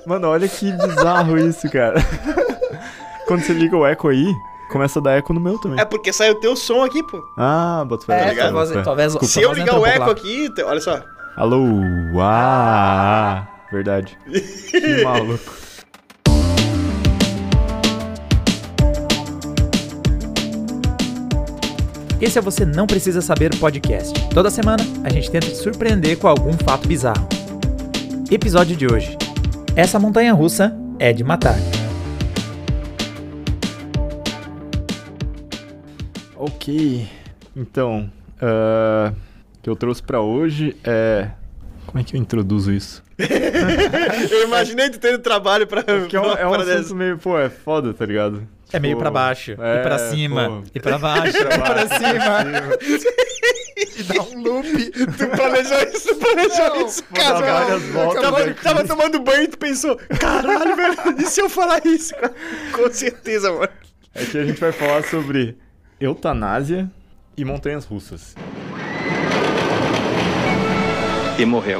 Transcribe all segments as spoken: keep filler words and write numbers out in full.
Mano, olha que bizarro isso, cara. Quando você liga o eco aí, começa a dar eco no meu também. É porque sai o teu som aqui, pô. Ah, bota fé. É, tá ligado? tua voz, tua voz, Se tua eu voz ligar entra um o pouco eco lá. aqui, te- olha só. Alô, ah, verdade. Que maluco. Esse é Você Não Precisa Saber podcast. Toda semana a gente tenta te surpreender com algum fato bizarro. Episódio de hoje. Essa montanha-russa é de matar. Ok, então, uh, o que eu trouxe pra hoje é... Como é que eu introduzo isso? Eu imaginei tu tendo trabalho pra... Porque é um, é um pra assunto dessa. meio, pô, é foda, tá ligado? É meio Tipo, pra baixo, é, e pra cima, pô. e pra baixo, Pra e pra baixo, cima. E dá um loop. Tu planejou isso, tu planejou Não, isso, vou dar cara. várias voltas Tava, aqui. tava tomando banho e tu pensou, caralho, velho, e se eu falar isso? Cara? Com certeza, mano. É que a gente vai falar sobre eutanásia e montanhas russas. E morreu.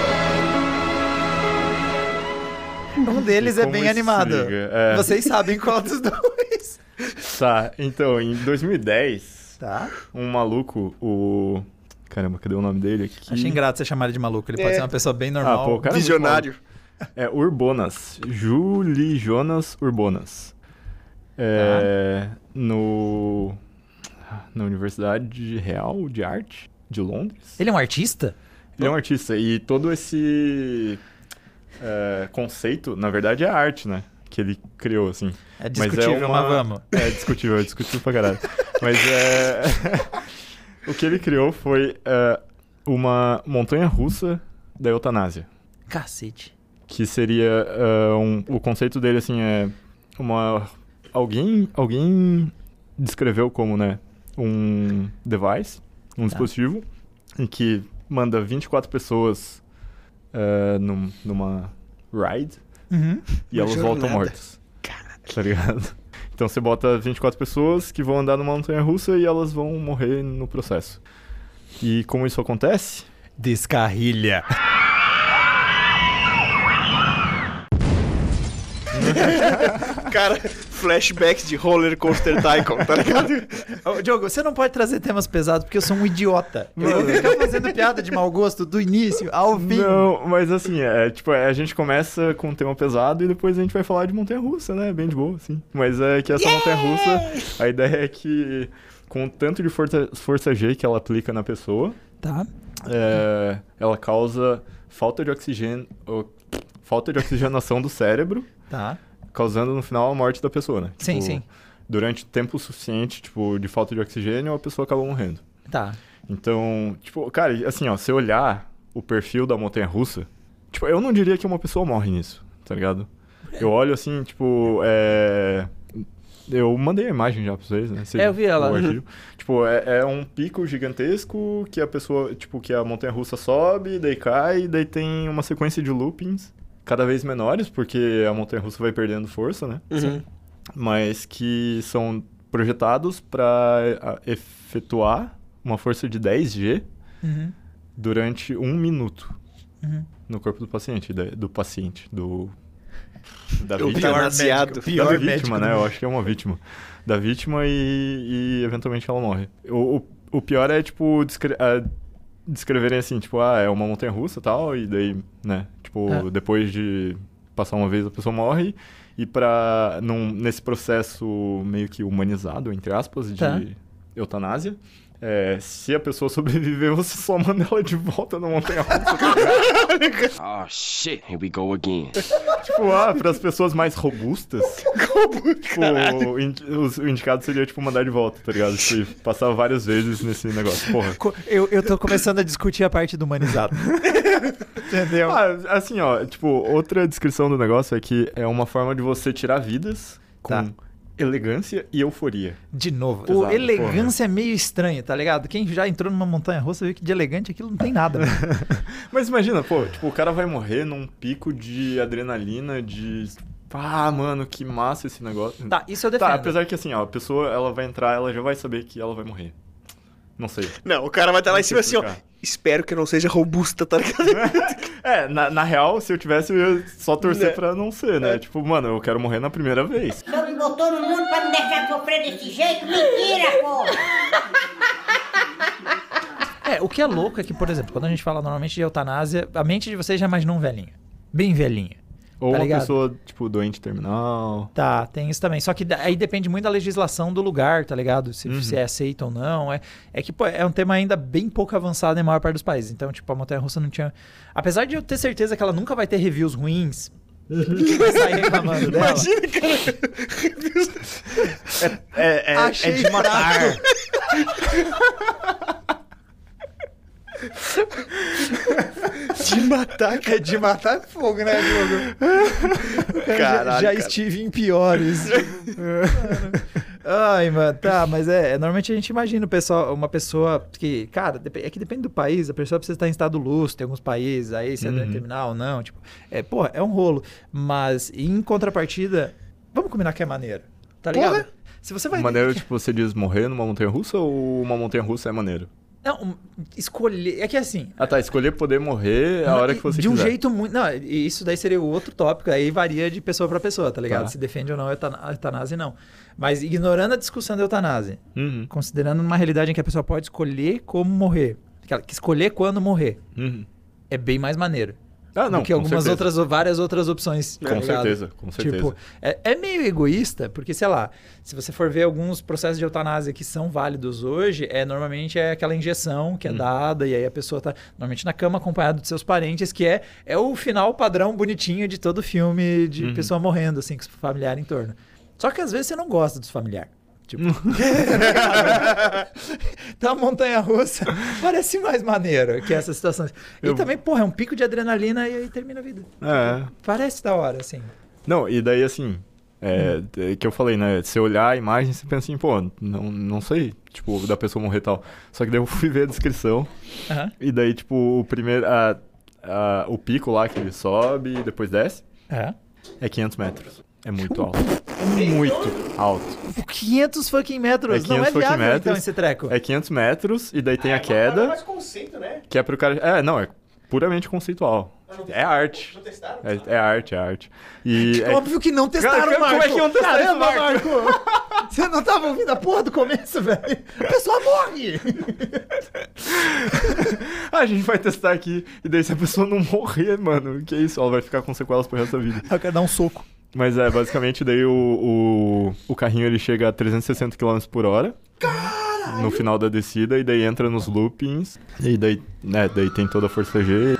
Um deles é Como bem isso animado. liga? É. Vocês sabem qual dos dois. Tá, então, em dois mil e dez, Tá. um maluco, o... Caramba, cadê o nome dele aqui? Achei ingrato você chamar ele de maluco. Ele É. pode ser uma pessoa bem normal. Ah, pô, o cara é muito Visionário. É Urbonas. Juli Jonas Urbonas. É, no... Na Universidade Real de Arte de Londres. Ele é um artista? Ele é um artista e todo esse é, conceito, na verdade, é a arte, né? Que ele criou, assim. É discutível, mas, vamos. É discutível, é discutível pra caralho. Mas é... o que ele criou foi é, uma montanha-russa da eutanásia. Cacete. Que seria é, um... O conceito dele, assim, é uma... Alguém, alguém descreveu como, né? Um device, um dispositivo, em que manda vinte e quatro pessoas uh, num, numa ride Uhum. e Uma elas jornada. voltam mortas. Tá ligado? Então você bota vinte e quatro pessoas que vão andar numa montanha-russa e elas vão morrer no processo. E como isso acontece? Descarrilha. Cara, flashbacks de Roller Coaster Tycoon, tá ligado? Ô, Diogo, você não pode trazer temas pesados porque eu sou um idiota. Eu vou ficar fazendo piada de mau gosto do início ao fim. Não, mas assim, é tipo, é, a gente começa com um tema pesado e depois a gente vai falar de montanha-russa, né? Bem de boa, assim. Mas é que essa montanha-russa, a ideia é que com o tanto de força, força G que ela aplica na pessoa, Tá. é, ela causa falta de oxigênio, o- falta de oxigenação do cérebro, Tá. causando no final a morte da pessoa, né? Sim, Tipo, sim. Durante tempo suficiente, tipo, de falta de oxigênio, a pessoa acaba morrendo. Tá. Então, tipo, cara, assim, ó, se eu olhar o perfil da montanha-russa, tipo, eu não diria que uma pessoa morre nisso, tá ligado? Eu olho assim, tipo, é... Eu mandei a imagem já pra vocês, né? Você- É, eu vi ela. o arquivo. Tipo, é, é um pico gigantesco que a pessoa, tipo, que a montanha-russa sobe, daí cai, daí tem uma sequência de loopings cada vez menores, porque a montanha-russa vai perdendo força, né? Uhum. Mas que são projetados para efetuar uma força de dez G Uhum. durante um minuto Uhum. no corpo do paciente, da- do paciente, do da Eu vítima, Eutanaziado. médico, pior da médico vítima, do né? Eu mundo. acho que é uma vítima da vítima e, e eventualmente ela morre. O, o, o pior é tipo descre a- descreverem assim, tipo, ah, é uma montanha-russa e tal, e daí, né? Tipo, Ah. depois de passar uma vez a pessoa morre. E pra, num, nesse processo meio que humanizado, entre aspas, de Tá. eutanásia, é, se a pessoa sobreviver, você só manda ela de volta na montanha-russa. Oh shit, here we go again. Tipo, ah, para as pessoas mais robustas, tipo, o, indi- os- o indicado seria, tipo, mandar de volta, tá ligado? Tipo, passar várias vezes nesse negócio. Porra. Co- Eu, eu tô começando a discutir a parte do humanizado. Entendeu? Ah, assim, ó, tipo, outra descrição do negócio é que é uma forma de você tirar vidas com Tá. elegância e euforia. De novo, Exato, o elegância é meio estranho, tá ligado? Quem já entrou numa montanha-russa viu que de elegante aquilo não tem nada. mano. Mas imagina, pô, tipo, o cara vai morrer num pico de adrenalina, de... Ah, mano, que massa esse negócio. Tá, isso eu defendo. Tá, apesar que assim, ó, a pessoa, ela vai entrar, ela já vai saber que ela vai morrer. Não sei. Não, o cara vai estar lá em Não sei cima assim, ó. explicar. espero que não seja robusta, tá ligado? É, na, na real, se eu tivesse, eu ia só torcer Né? pra não ser, né? É. Tipo, mano, eu quero morrer na primeira vez. O senhor me botou no mundo pra me deixar sofrer desse jeito? Mentira, pô! É, o que é louco é que, por exemplo, quando a gente fala normalmente de eutanásia, a mente de vocês já imaginou um velhinho. Bem velhinho. Ou Tá uma ligado? pessoa, tipo, doente terminal. Tá, tem isso também. Só que da- aí depende muito da legislação do lugar, tá ligado? Se, Uhum. se é aceito ou não. É, é que, pô, é um tema ainda bem pouco avançado em maior parte dos países. Então, tipo, a montanha-russa não tinha... Apesar de eu ter certeza que ela nunca vai ter reviews ruins, ninguém vai sair reclamando dela. Imagina, cara. É, é, Achei é de matar. De matar, cara. É de matar fogo, né, Diogo? Caralho, já já cara. estive em piores. Ai, mano, tá, mas é, é, normalmente a gente imagina o pessoal, uma pessoa que, cara, dep- é que depende do país, a pessoa precisa estar em estado lúcido, tem alguns países, aí se é doente Uhum. terminal ou não, tipo, é, porra, é um rolo, mas em contrapartida, vamos combinar que é maneiro, tá ligado? Porra. Se você vai... Maneiro, tipo, você diz morrer numa montanha-russa ou uma montanha-russa é maneiro? Não, um, escolher, é que assim... Ah, tá. Escolher poder morrer a hora que você de um quiser. jeito muito. Não, e isso daí seria o outro tópico, aí varia de pessoa pra pessoa, tá ligado? Tá. Se defende ou não a eutana- a eutanásia, não. Mas ignorando a discussão da eutanásia, Uhum. considerando uma realidade em que a pessoa pode escolher como morrer, que ela- que escolher quando morrer, Uhum. é bem mais maneiro. Ah, não, do que com algumas certeza. outras, várias outras opções. tá Com ligado? certeza, com certeza. Tipo, é, é meio egoísta, porque, sei lá, se você for ver alguns processos de eutanásia que são válidos hoje, é normalmente é aquela injeção que é Hum. dada e aí a pessoa tá normalmente na cama acompanhada de seus parentes, que é, é o final padrão bonitinho de todo filme de Uhum. pessoa morrendo, assim, com os familiares em torno. Só que às vezes você não gosta dos familiares. Tipo, então a montanha-russa parece mais maneiro que essas situações. E Eu- também, porra, é um pico de adrenalina e aí termina a vida. É. Parece da hora, assim. Não, e daí assim, é, é que eu falei, né? Você olhar a imagem, você pensa assim, pô, não, não sei, tipo, da pessoa morrer e tal. Só que daí eu fui ver a descrição, Aham. e daí, tipo, o primeiro, a, a, o pico lá que ele sobe e depois desce, É. é quinhentos metros. É muito alto. É muito alto. quinhentos fucking metros. É não quinhentos é viável, fucking então, metros. esse treco. É quinhentos metros, e daí tem a É queda, mais conceito, né? que é pro cara... É, não, é puramente conceitual. É arte. Não testaram? É, é arte, é arte. E é- Óbvio que não testaram, Cara, como Marco. é que iam testar isso, Caramba, Marco? Marco. Você não tava ouvindo a porra do começo, velho? A pessoa morre. Ah, a gente vai testar aqui, e daí se a pessoa não morrer, mano, que isso? Ela vai ficar com sequelas pro resto da vida. Eu quero dar um soco. Mas é, basicamente, daí o, o, o carrinho ele chega a trezentos e sessenta quilômetros por hora. Caralho! No final da descida, e daí entra nos loopings, e daí, né, daí tem toda a força G.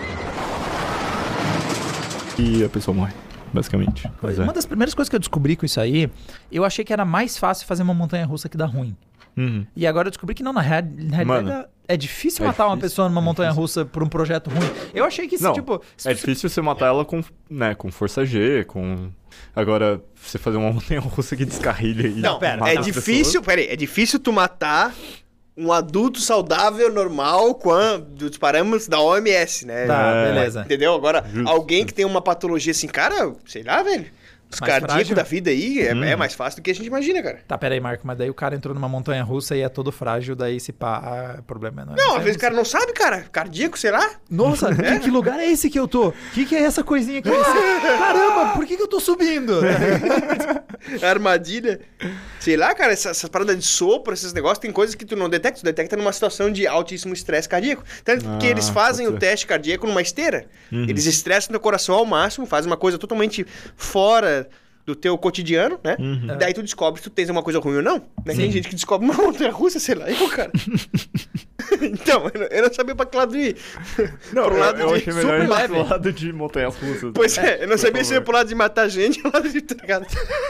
E a pessoa morre, basicamente. Mas é. Uma das primeiras coisas que eu descobri com isso aí, eu achei que era mais fácil fazer uma montanha-russa que dá ruim. Uhum. E agora eu descobri que não, na, rea- na realidade Mano, é difícil é matar uma difícil, pessoa numa é montanha-russa por um projeto ruim. Eu achei que, se, Não, tipo... se é tu- difícil você matar ela com, né, com força G, com... Agora, você fazer uma montanha-russa que descarrilha e Não, pera, mata é as difícil, peraí, é difícil tu matar um adulto saudável, normal, com a, dos parâmetros da O M S, né? Tá, É. beleza. Entendeu? Agora, Justo. alguém que tem uma patologia assim, cara, sei lá, velho. Os Mais cardíacos frágil? da vida aí é, Hum. é mais fácil do que a gente imagina, cara. Tá, pera aí, Marco, mas daí o cara entrou numa montanha-russa e é todo frágil, daí se pá, ah, problema não é Não, às vezes o montanha-russa. cara não sabe, cara. Cardíaco, sei lá. Nossa, que, que lugar é esse que eu tô? Que que é essa coisinha que eu Caramba, por que que eu tô subindo? Armadilha. Sei lá, cara, essas essa paradas de sopro, esses negócios, tem coisas que tu não detecta. Tu detecta numa situação de altíssimo estresse cardíaco. Tanto que Ah, eles fazem pode o ser. teste cardíaco numa esteira. Uhum. Eles estressam teu coração ao máximo, fazem uma coisa totalmente fora do teu cotidiano, né? Uhum. Daí tu descobre se tu tens uma coisa ruim ou não. Né? Sim. Tem gente que descobre uma montanha russa, sei lá, eu, cara. Então, eu não- eu não sabia pra que lado ir. Não, Pro eu, lado eu de achei melhor super ir leve. pro lado de montanhas russas. Pois é, eu não por sabia se eu ia favor. pro lado de matar gente ou lado de, tá ligado?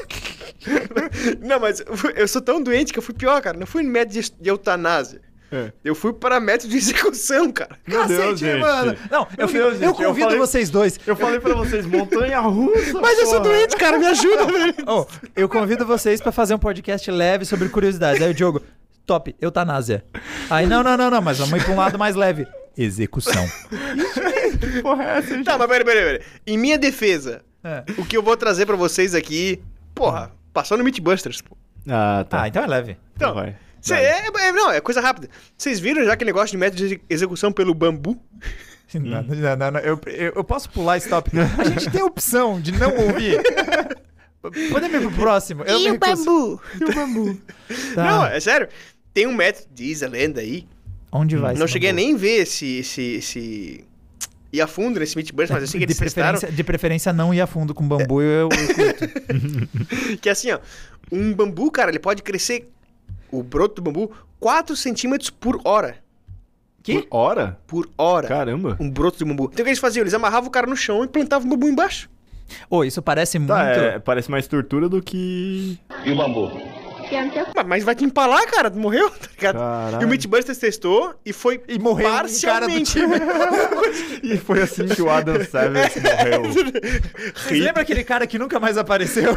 Não, mas eu fui- eu sou tão doente que eu fui pior, cara. Não fui no método de, de eutanásia. É. Eu fui para método de execução, cara. Meu Deus, gente. mano. Não, eu, Meu fico- Deus, eu gente, eu convido falei- vocês dois. Eu falei pra vocês, montanha russa. Mas eu sou porra. doente, cara, me ajuda, velho. Oh, eu convido vocês pra fazer um podcast leve sobre curiosidades. Aí o Diogo, top, eutanásia. Aí, não, não, não, não, mas vamos ir pra um lado mais leve. Execução. Que porra é essa, gente? Tá, mas peraí, peraí, peraí. Em minha defesa, É. o que eu vou trazer pra vocês aqui, porra, passou no Mythbusters, pô. Ah, tá. Ah, então é leve. Então, vai. Cê, é, é, não, é coisa rápida. Vocês viram já aquele negócio de método de execução pelo bambu? Não, não, não, não. Eu, eu, eu posso pular esse tópico. A gente tem a opção de não ouvir. Podemos ir pro próximo. Eu e me o bambu? E o bambu? Tá. Não, é sério. Tem um método, diz a lenda aí. Onde vai Não esse cheguei bambu? a nem ver esse... esse, esse... ir a fundo nesse Meatburst, mas eu sei que de, eles testaram. preferência, de preferência não ir a fundo com bambu, eu, eu curto. Que é assim, ó. Um bambu, cara, ele pode crescer, o broto do bambu, quatro centímetros por hora. Por hora? Por hora. Caramba. Um broto de bambu. Então o que eles faziam? Eles amarravam o cara no chão e plantavam o bambu embaixo. Ô, isso parece Tá, muito... é, parece mais tortura do que... E o bambu? Mas- Mas vai te empalar, cara. Tu morreu, tá ligado? Caralho. E o Meatbusters testou e foi E morreu um cara do parcialmente. time. E foi assim que o Adam Savage morreu. Vocês lembram aquele cara que nunca mais apareceu?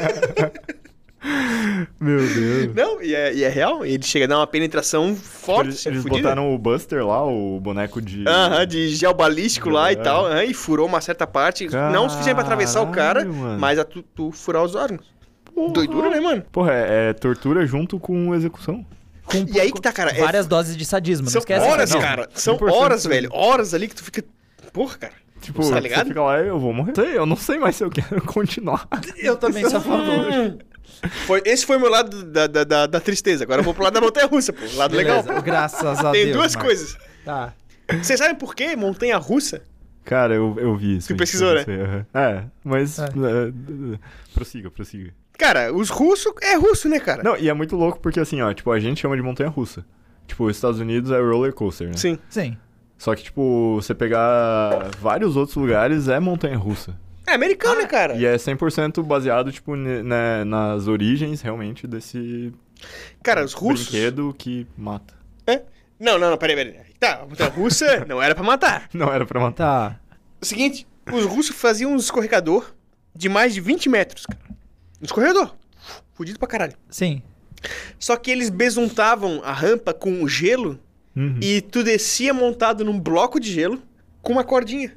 Meu Deus. Não, e é, e é real. Ele chega a dar uma penetração forte, Eles, assim, eles fudida. botaram o Buster lá, o boneco de... Aham, de gel balístico lá e É. tal, aham, e furou uma certa parte, não o suficiente pra atravessar o cara, Caralho, mano. mas a tu, tu furar os órgãos. Doidura, né, mano? Porra, é, é tortura junto com execução. Com, E aí que tá, cara, é- Várias doses de sadismo, não São esquece. horas, não. cara, são cem por cento horas, velho, horas ali que tu fica... Porra, cara. Tipo, Tá você ligado? fica lá e eu vou morrer. Sei, eu não sei mais se eu quero continuar. Eu também sou a favor. Foi, esse foi o meu lado da, da, da, da tristeza, agora eu vou pro lado da montanha-russa, pô, lado legal. Beleza, graças a Tem Deus. duas Marcos. coisas. Tá. Vocês sabem por que montanha-russa? Cara, eu, eu vi isso. Tu aí, pesquisou, eu né? sei, aham. É, mas... É. é, prossiga, prossiga. Cara, os russos é russo, né, cara? Não, e é muito louco porque assim, ó, tipo, a gente chama de montanha-russa. Tipo, os Estados Unidos é roller coaster, né? Sim. Sim. Só que, tipo, você pegar vários outros lugares é montanha-russa. É americano, né, cara? E é cem por cento baseado, tipo, ne- né, nas origens, realmente, desse Cara, os russos... brinquedo que mata. É? Não, não, não, peraí, peraí. Tá, a montanha-russa não era pra matar. Não era pra matar. Tá. O seguinte, os russos faziam um escorregador de mais de vinte metros, cara. Um escorregador. Fudido pra caralho. Sim. Só que eles besuntavam a rampa com gelo Uhum. e tu descia montado num bloco de gelo com uma cordinha.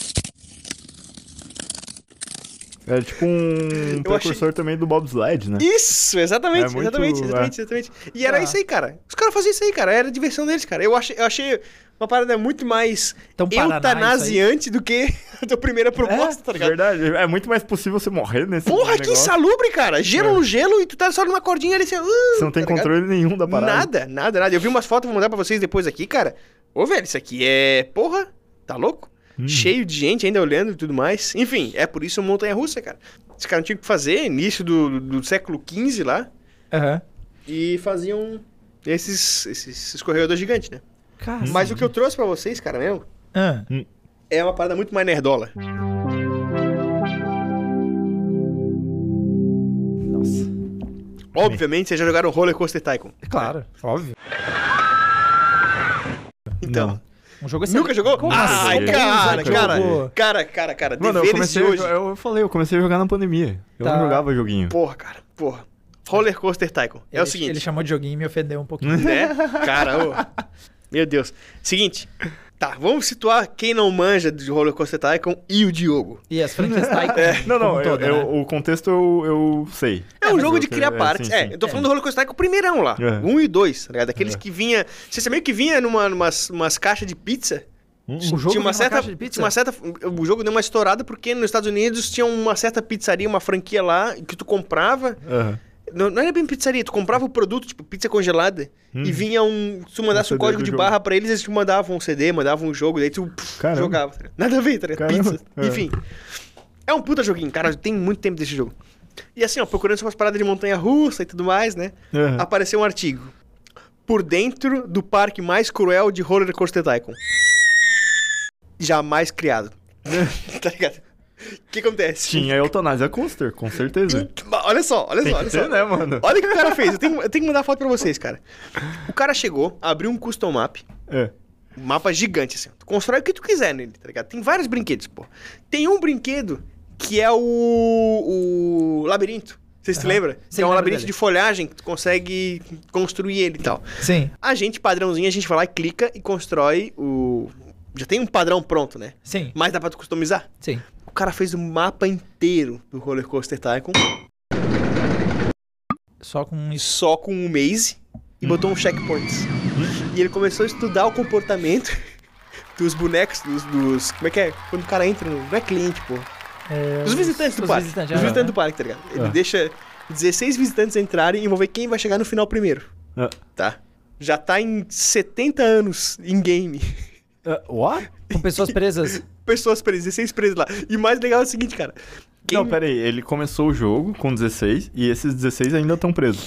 É tipo um Eu precursor também do bobsled, né? Isso, exatamente, É muito- exatamente, exatamente, é. exatamente. E era Ah. isso aí, cara. Os caras faziam isso aí, cara. Era a diversão deles, cara. Eu achei, eu achei uma parada muito mais Tão Paraná eutanasiante do que a tua primeira proposta, tá ligado? Verdade, é muito mais possível você morrer nesse Porra, que negócio. insalubre, cara. Gelo É. no gelo e tu tá só numa cordinha ali assim. Uh, Você não tem tá ligado? controle nenhum da parada. Nada, nada, nada. Eu vi umas fotos, vou mandar pra vocês depois aqui, cara. Ô, velho, isso aqui é... Porra, tá louco? Hum. Cheio de gente ainda olhando e tudo mais. Enfim, é por isso montanha-russa, cara. Os caras tinham que fazer início do, do século quinze lá Aham. e faziam esses, esses escorregadores gigantes, né? Cara. Mas o que eu trouxe pra vocês, cara, mesmo, Ah. é uma parada muito mais nerdola. Nossa. Obviamente, vocês já jogaram Roller Coaster Tycoon. Claro, óbvio. Então... Não. Um jogo assim. Nunca jogou? Como Ai, assim? cara, Nunca cara, jogou. cara, cara, cara, Mano, eu deveres de comecei, a hoje. jo- eu falei, eu comecei a jogar na pandemia. Eu Tá. não jogava joguinho. Porra, cara, porra. Roller Coaster Tycoon. É Ele- o seguinte, Ele chamou de joguinho e me ofendeu um pouquinho. né? Cara, ô. Meu Deus. Seguinte. Tá, vamos situar quem não manja de Roller Coaster Tycoon e o Diogo. E as franquias Tycoon. Não, não, como eu- toda, eu- né? o contexto eu, eu sei. É, um mas jogo eu de sei- criar é, partes. sim, É, sim. eu tô falando do Roller Coaster Tycoon primeirão lá. É. Um e dois, tá ligado? Aqueles É. que vinha... Você sabia que vinha numa, numas umas caixas de pizza? O jogo tinha vem uma numa certa, caixa de pizza? tinha uma certa... O jogo deu uma estourada porque nos Estados Unidos tinha uma certa pizzaria, uma franquia lá, que tu comprava... Aham. Não, não era bem pizzaria, tu comprava o produto, tipo, pizza congelada, Hum. e vinha um... Se tu mandasse Um um C D código do de jogo. barra pra eles, eles te mandavam um C D, mandavam um jogo, daí tu puf, Caramba. jogava. Tá ligado? Nada a ver, tá ligado? Caramba. Pizza. É. Enfim. É um puta joguinho, cara, tem muito tempo desse jogo. E assim, ó, procurando umas paradas de montanha-russa e tudo mais, né? Aham. Apareceu um artigo. Por dentro do parque mais cruel de Roller Coaster Tycoon. Jamais criado. tá ligado? O que acontece? Tinha Eutanásia Coaster, com certeza. Olha só, olha Tem só, que olha ter, só. né, mano? Olha o que o cara fez. Eu tenho, eu tenho que mandar a foto pra vocês, cara. O cara chegou, abriu um custom map. É. Um mapa gigante, assim. Tu constrói o que tu quiser nele, tá ligado? Tem vários brinquedos, pô. Tem um brinquedo que é o... o labirinto. Vocês se Aham. lembram? Sim, Que é um lembro labirinto dele. de folhagem que tu consegue construir ele e tal. Sim, A gente, padrãozinho, a gente vai lá e clica e constrói o... Já tem um padrão pronto, né? sim, Mas dá pra tu customizar. sim. O cara fez um mapa inteiro do Roller Coaster Tycoon Só com isso. só com um maze e botou um checkpoints. E ele começou a estudar o comportamento dos bonecos, dos, dos... Como é que é? Quando o cara entra no... Não é cliente, pô. É, Os visitantes do os parque. visitantes, Os ah, visitantes é. do parque, tá ligado? Ele Ah. deixa dezesseis visitantes entrarem e vão ver quem vai chegar no final primeiro. Ah. Tá? Já tá em setenta anos em game. Uh, what? Com pessoas presas. Pessoas presas, dezesseis presas lá. E o mais legal é o seguinte, cara. Não, Game... pera aí. Ele começou o jogo com dezesseis e esses dezesseis ainda estão presos.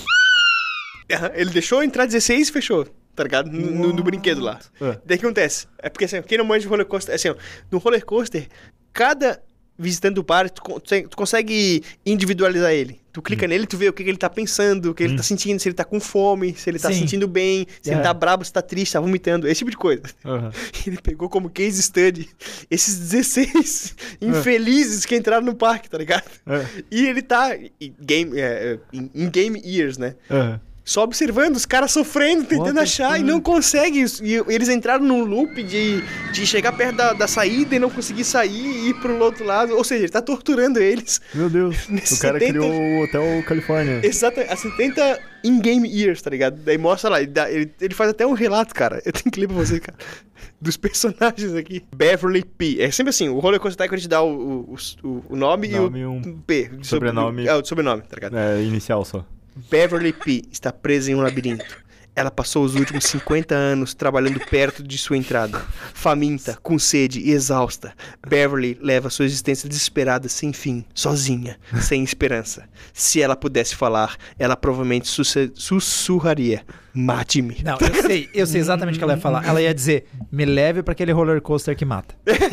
Ele deixou entrar dezesseis e fechou, tá ligado? No, no, no brinquedo lá. Ah. Daí o que acontece? É porque assim, quem não manja de roller coaster, assim, ó, no roller coaster, cada visitante do parque, tu, con- tu consegue individualizar ele. Tu clica Hum. nele, tu vê o que, que ele tá pensando, o que ele tá sentindo, se ele tá com fome, se ele tá Sim. sentindo bem, se É. ele tá brabo, se tá triste, tá vomitando, esse tipo de coisa. Aham. Ele pegou como case study esses dezesseis É. infelizes que entraram no parque, tá ligado? É. E ele tá em game, é, é, em em game years, né? Aham. Só observando os caras sofrendo, tentando What the achar e fuck? não conseguem. E eles entraram num loop de, de chegar perto da, da saída e não conseguir sair e ir pro outro lado. Ou seja, ele tá torturando eles. Meu Deus. Nesse O cara setenta criou o Hotel Califórnia. Exato, a setenta in-game years, tá ligado? Daí mostra lá, ele, dá- ele, ele faz até um relato, cara. Eu tenho que ler pra você, cara. Dos personagens aqui. Beverly P. É sempre assim, o Roller Coaster Tycoon a gente dá o, o, o, o nome, Nome e e o um P. de sobre- sobrenome. É, o sobrenome, tá ligado? É, inicial só. Beverly P. está presa em um labirinto. Ela passou os últimos cinquenta anos trabalhando perto de sua entrada. Faminta, com sede e exausta, Beverly leva sua existência desesperada sem fim, sozinha, sem esperança. Se ela pudesse falar, ela provavelmente susse- sussurraria: mate-me. Não, eu sei, eu sei exatamente o que ela ia falar. Ela ia dizer, me leve pra aquele roller coaster que mata.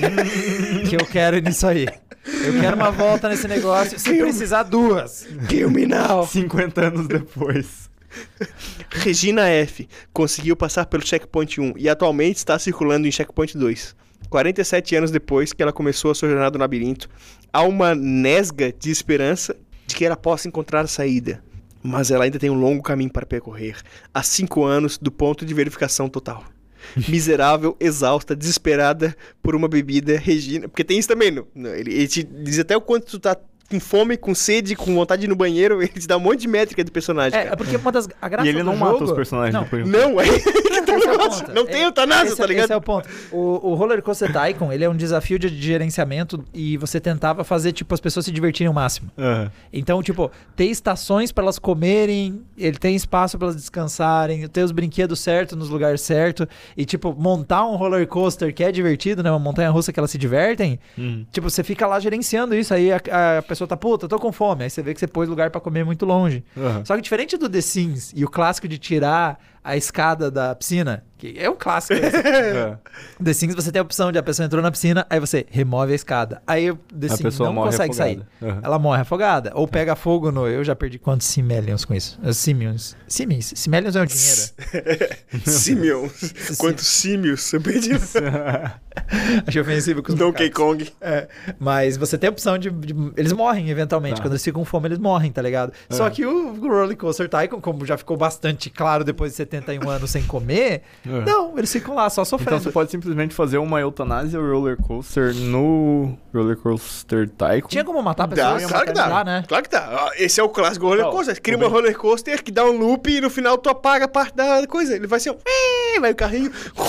Que eu quero ir nisso aí. Eu quero uma volta nesse negócio, se precisar duas. Kill me now. cinquenta anos depois. Regina F. conseguiu passar pelo Checkpoint um e atualmente está circulando em Checkpoint dois. quarenta e sete anos depois que ela começou a sua jornada no labirinto, há uma nesga de esperança de que ela possa encontrar a saída. Mas ela ainda tem um longo caminho para percorrer, há cinco anos do ponto de verificação total. Miserável, exausta, desesperada por uma bebida, Regina... Porque tem isso também, no, no- ele, ele te diz até o quanto tu tá com fome, com sede, com vontade de ir no banheiro, ele te dá um monte de métrica do personagem, É, é cara. porque uma das... A graça E ele do não jogo... mata os personagens Não, depois. Não, é... esse é o ponto. Não tem É- eutanásia, esse, tá ligado? Esse é o ponto. O, o Roller Coaster Tycoon, ele é um desafio de gerenciamento e você tentava fazer, tipo, as pessoas se divertirem ao máximo. Aham. Então, tipo, ter estações para elas comerem, ele tem espaço para elas descansarem, ter os brinquedos certos nos lugares certos e, tipo, montar um roller coaster que é divertido, né? Uma montanha-russa que elas se divertem. Hum. Tipo, você fica lá gerenciando isso, aí a, a pessoa tá, puta, tô com fome. Aí você vê que você pôs lugar para comer muito longe. Aham. Só que diferente do The Sims e o clássico de tirar a escada da piscina, que é um clássico esse. É. The Sims você tem a opção de a pessoa entrou na piscina, aí você remove a escada. Aí o The A Sims pessoa não morre consegue sair. afogada. Aham. Ela morre afogada. Ou pega fogo no... Eu já perdi quantos Simelions com isso. Os Simions. Simions. Simelions é um dinheiro. Simions. Quantos símios? Eu perdi. Achei ofensivo com os Donkey macacos. Kong. É, mas você tem a opção de, de- Eles morrem eventualmente. Tá. Quando eles ficam com fome, eles morrem, tá ligado? Só que o Roller Coaster Tycoon, como já ficou bastante claro depois de setenta e um anos sem comer, É. não, eles ficam lá só Então sofrendo. você pode simplesmente fazer uma eutanásia roller coaster no Roller Coaster Tycoon. Tinha como matar Dá, pessoas? claro que dá. Dá, né? Claro que dá. Ah, esse é o clássico roller Não, coaster. Cria o uma brin- roller coaster que dá um loop e no final tu apaga a parte da coisa. Ele vai assim, ó, "Ih", vai o carrinho.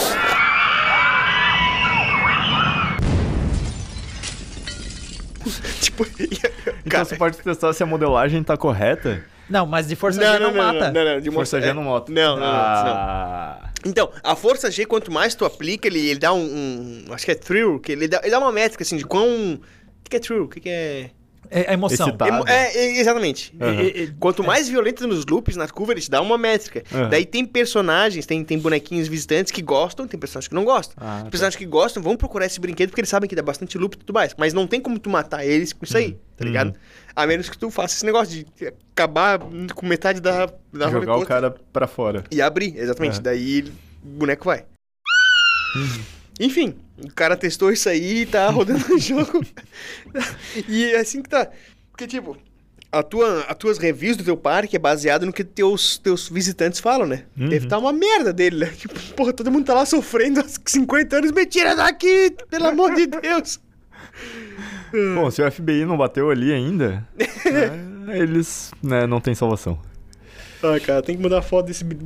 Tipo, Então cara, você pode testar se a modelagem tá correta. Não, mas de força não, G não, não, não, mata. não, não, de Força mostrar- G não mata. Não, não, não, Ah. Então, a força G, quanto mais tu aplica, ele, ele dá um, um- acho que é thrill, que ele dá, ele dá uma métrica assim de quão... O que, que é thrill? O que, que é... É a emoção. Excitado. Emo- É, é, exatamente. Aham. E- e- Quanto mais violento nos loops, nas curvas, ele te dá uma métrica. Aham. Daí tem personagens, tem, tem bonequinhos visitantes que gostam, tem personagens que não gostam. Ah, Os tá. personagens que gostam vão procurar esse brinquedo porque eles sabem que dá bastante loop e tudo mais. Mas não tem como tu matar eles com isso aí, tá ligado? Uhum. A menos que tu faça esse negócio de acabar com metade da, da roller Jogar o coaster cara pra fora. e abrir, exatamente. É. Daí o boneco vai. Enfim, o cara testou isso aí e tá rodando o jogo. E é assim que tá. Porque, tipo, a tua, as tuas reviews do teu parque é baseado no que teus, teus visitantes falam, né? Uhum. Deve tá uma merda dele, né? Tipo, porra, todo mundo tá lá sofrendo há cinquenta anos. Me tira daqui, pelo amor de Deus. Bom, se o F B I não bateu ali ainda, né, eles né, não tem salvação. Ah, cara, tem que mandar foto desse, desse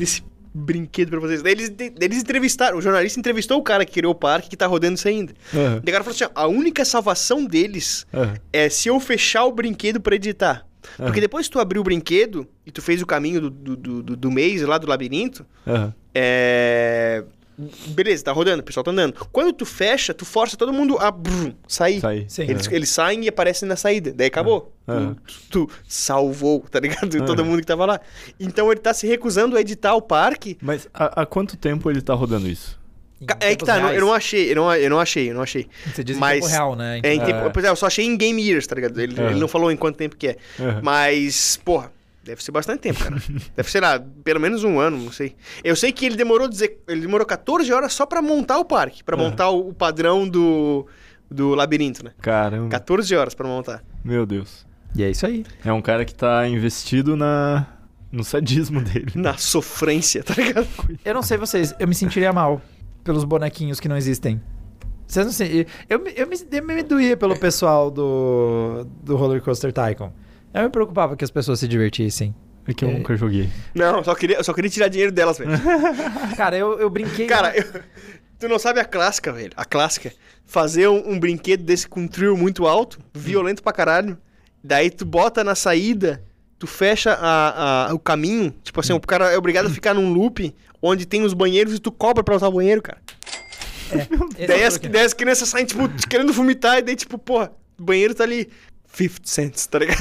brinquedo pra vocês. Daí eles, eles entrevistaram, o jornalista entrevistou o cara que criou o parque que tá rodando isso ainda. Uhum. Daí o cara falou assim, ó, a única salvação deles Uhum. é se eu fechar o brinquedo pra editar. Porque Uhum. depois que tu abriu o brinquedo e tu fez o caminho do, do, do, do maze lá, do labirinto, Uhum. é... Beleza, tá rodando, o pessoal tá andando. Quando tu fecha, tu força todo mundo a brum, sair. Saí. Sim. Eles, eles saem e aparecem na saída. Daí acabou. Uhum. Tu, tu salvou, tá ligado? Uhum. Todo mundo que tava lá. Então ele tá se recusando a editar o parque. Mas há, há quanto tempo ele tá rodando isso? Em Ca- É que tempos tá, eu não- eu reais. não achei, eu não, eu não achei, eu não achei. Você diz em mas- tempo real, né? É, em É. tempo, pois é, eu só achei em Game Years, tá ligado? Ele, Uhum. ele não falou em quanto tempo que é. Uhum. Mas, porra, deve ser bastante tempo, cara. Deve ser lá, pelo menos um ano, não sei. Eu sei que ele demorou dizer, ele demorou catorze horas só pra montar o parque, pra Uhum. montar o, o padrão do, do labirinto, né? Caramba, catorze horas pra montar. meu Deus. E é isso aí. É um cara que tá investido na... no sadismo dele. Na sofrência, tá ligado? Eu não sei vocês, eu me sentiria mal pelos bonequinhos que não existem. Vocês não sei. Eu, me- eu, me, eu me doía pelo pessoal do, do Roller Coaster Tycoon. Eu me preocupava que as pessoas se divertissem. É que eu É. nunca joguei. Não, só queria, eu só queria tirar dinheiro delas, velho. Cara, eu, eu brinquei. Cara, eu- tu não sabe a clássica, velho. A clássica. Fazer um, um brinquedo desse com um trio muito alto, violento pra caralho. Daí tu bota na saída, tu fecha a, a- o caminho. Tipo assim, o cara é obrigado a ficar num loop onde tem os banheiros e tu cobra pra usar o banheiro, cara. Esse Daí é o as, truque. daí as crianças saem, tipo, querendo vomitar, e daí, tipo, porra, o banheiro tá ali. cinquenta cents, tá ligado?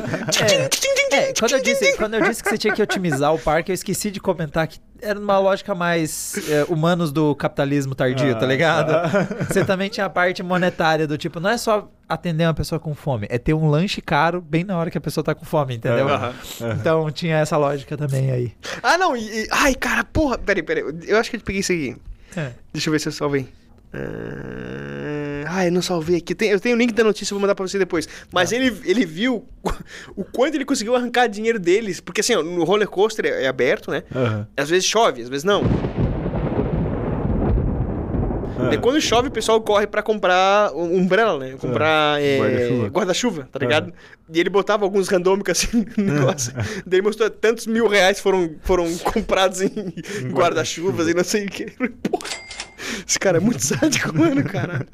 É, quando eu, disse, quando eu disse que você tinha que otimizar o parque, eu esqueci de comentar que era uma lógica mais é, humanos do capitalismo tardio, tá Ah, ligado? tá. Você também tinha a parte monetária do tipo, não é só atender uma pessoa com fome, é ter um lanche caro bem na hora que a pessoa tá com fome, entendeu? Aham. Então tinha essa lógica também aí. Ah, não, e, e- ai, cara, porra, peraí, peraí, eu acho que eu peguei isso aqui. É. Deixa eu ver se eu salvei. Ah, ah, eu não salvei aqui. Tem- eu tenho o link da notícia, eu vou mandar pra você depois. Mas ele, ele viu o quanto ele conseguiu arrancar dinheiro deles. Porque assim, ó, no roller coaster é, é aberto, né? Aham. Às vezes chove, às vezes não. Ah. Daí quando chove, o pessoal corre pra comprar um umbrella, né? Comprar é, Guarda-chuva. guarda-chuva, tá ligado? E ele botava alguns randômicos assim no negócio. Daí ele mostrou tantos mil reais foram, foram comprados em guarda-chuvas e não sei o que. Porra, esse cara é muito sádico, mano, cara.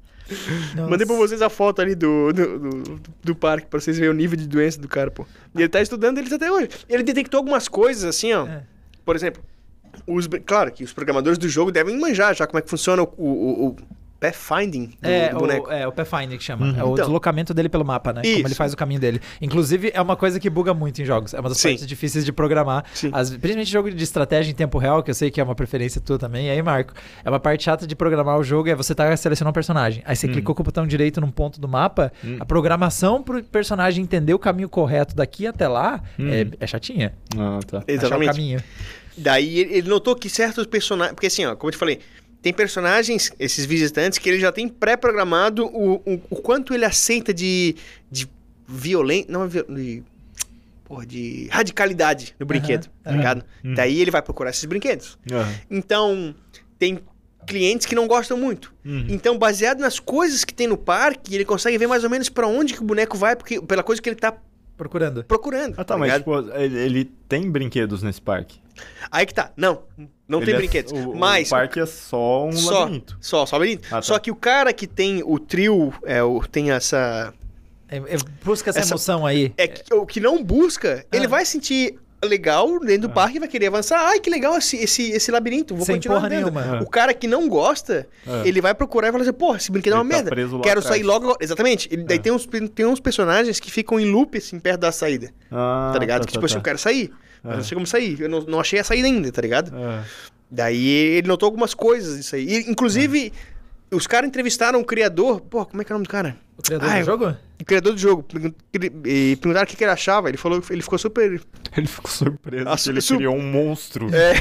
Nossa. Mandei pra vocês a foto ali do, do, do, do parque, pra vocês verem o nível de doença do cara, pô. E ele tá estudando eles até hoje. Ele detectou algumas coisas, assim, ó. É. Por exemplo, os, claro que os programadores do jogo devem manjar já como é que funciona o, o, o pathfinding do, É, do boneco. o, é, o Pathfinder que chama. Uhum. É o Então. deslocamento dele pelo mapa, né? Isso. Como ele faz o caminho dele. Inclusive, é uma coisa que buga muito em jogos. É uma das Sim. partes difíceis de programar. Sim. As, principalmente jogo de estratégia em tempo real, que eu sei que é uma preferência tua também. E aí, Marco, é uma parte chata de programar o jogo, é você tá selecionando um personagem. Aí você Hum. clicou com o botão direito num ponto do mapa, Hum. a programação pro personagem entender o caminho correto daqui até lá Hum. é, é chatinha. Ah, tá. Achar o Exatamente. caminho. Daí ele ele notou que certos personagens. Porque assim, ó, como eu te falei, tem personagens, esses visitantes, que ele já tem pré-programado o, o, o quanto ele aceita de, de violência. Não, vi- de, porra, de radicalidade no brinquedo, tá aham. ligado? Uhum. Daí ele vai procurar esses brinquedos. Aham. Então, tem clientes que não gostam muito. Uhum. Então, baseado nas coisas que tem no parque, ele consegue ver mais ou menos pra onde que o boneco vai, porque, pela coisa que ele tá Procurando. procurando. Ah, tá, tá mas ligado? tipo, ele, ele tem brinquedos nesse parque. Aí que tá. Não, não Ele tem é- brinquedos. O, mas o parque é só um só, labirinto. só, só labirinto. Ah, tá. Só que o cara que tem o trio, é, o, tem essa... É, é, busca essa, Essa- emoção aí. É, que- o que não busca, ele Ah. vai sentir legal dentro do parque e vai querer avançar. Ai, que legal esse, esse, esse labirinto, vou Sem continuar porra andando. nenhuma. É. O cara que não gosta, É. ele vai procurar e vai falar assim, porra, esse brinquedo é uma Ele tá merda. preso lá Quero atrás. sair logo. Exatamente. Ele- daí É. tem, uns, tem uns personagens que ficam em loop, assim, perto da saída. Ah, Tá ligado? Tá, que tá, tipo assim, tá. eu quero sair. Mas É. não sei como sair. Eu não, não achei a saída ainda, tá ligado? É. Daí ele notou algumas coisas disso aí. E, inclusive, os caras entrevistaram o criador. Pô, como é que é o nome do cara? O criador Ah, do eu- jogo? O criador do jogo. Pergun- E perguntaram o que que ele achava. Ele falou que ele ficou super. Ele ficou surpreso Nossa, que ele su- criou um monstro. É.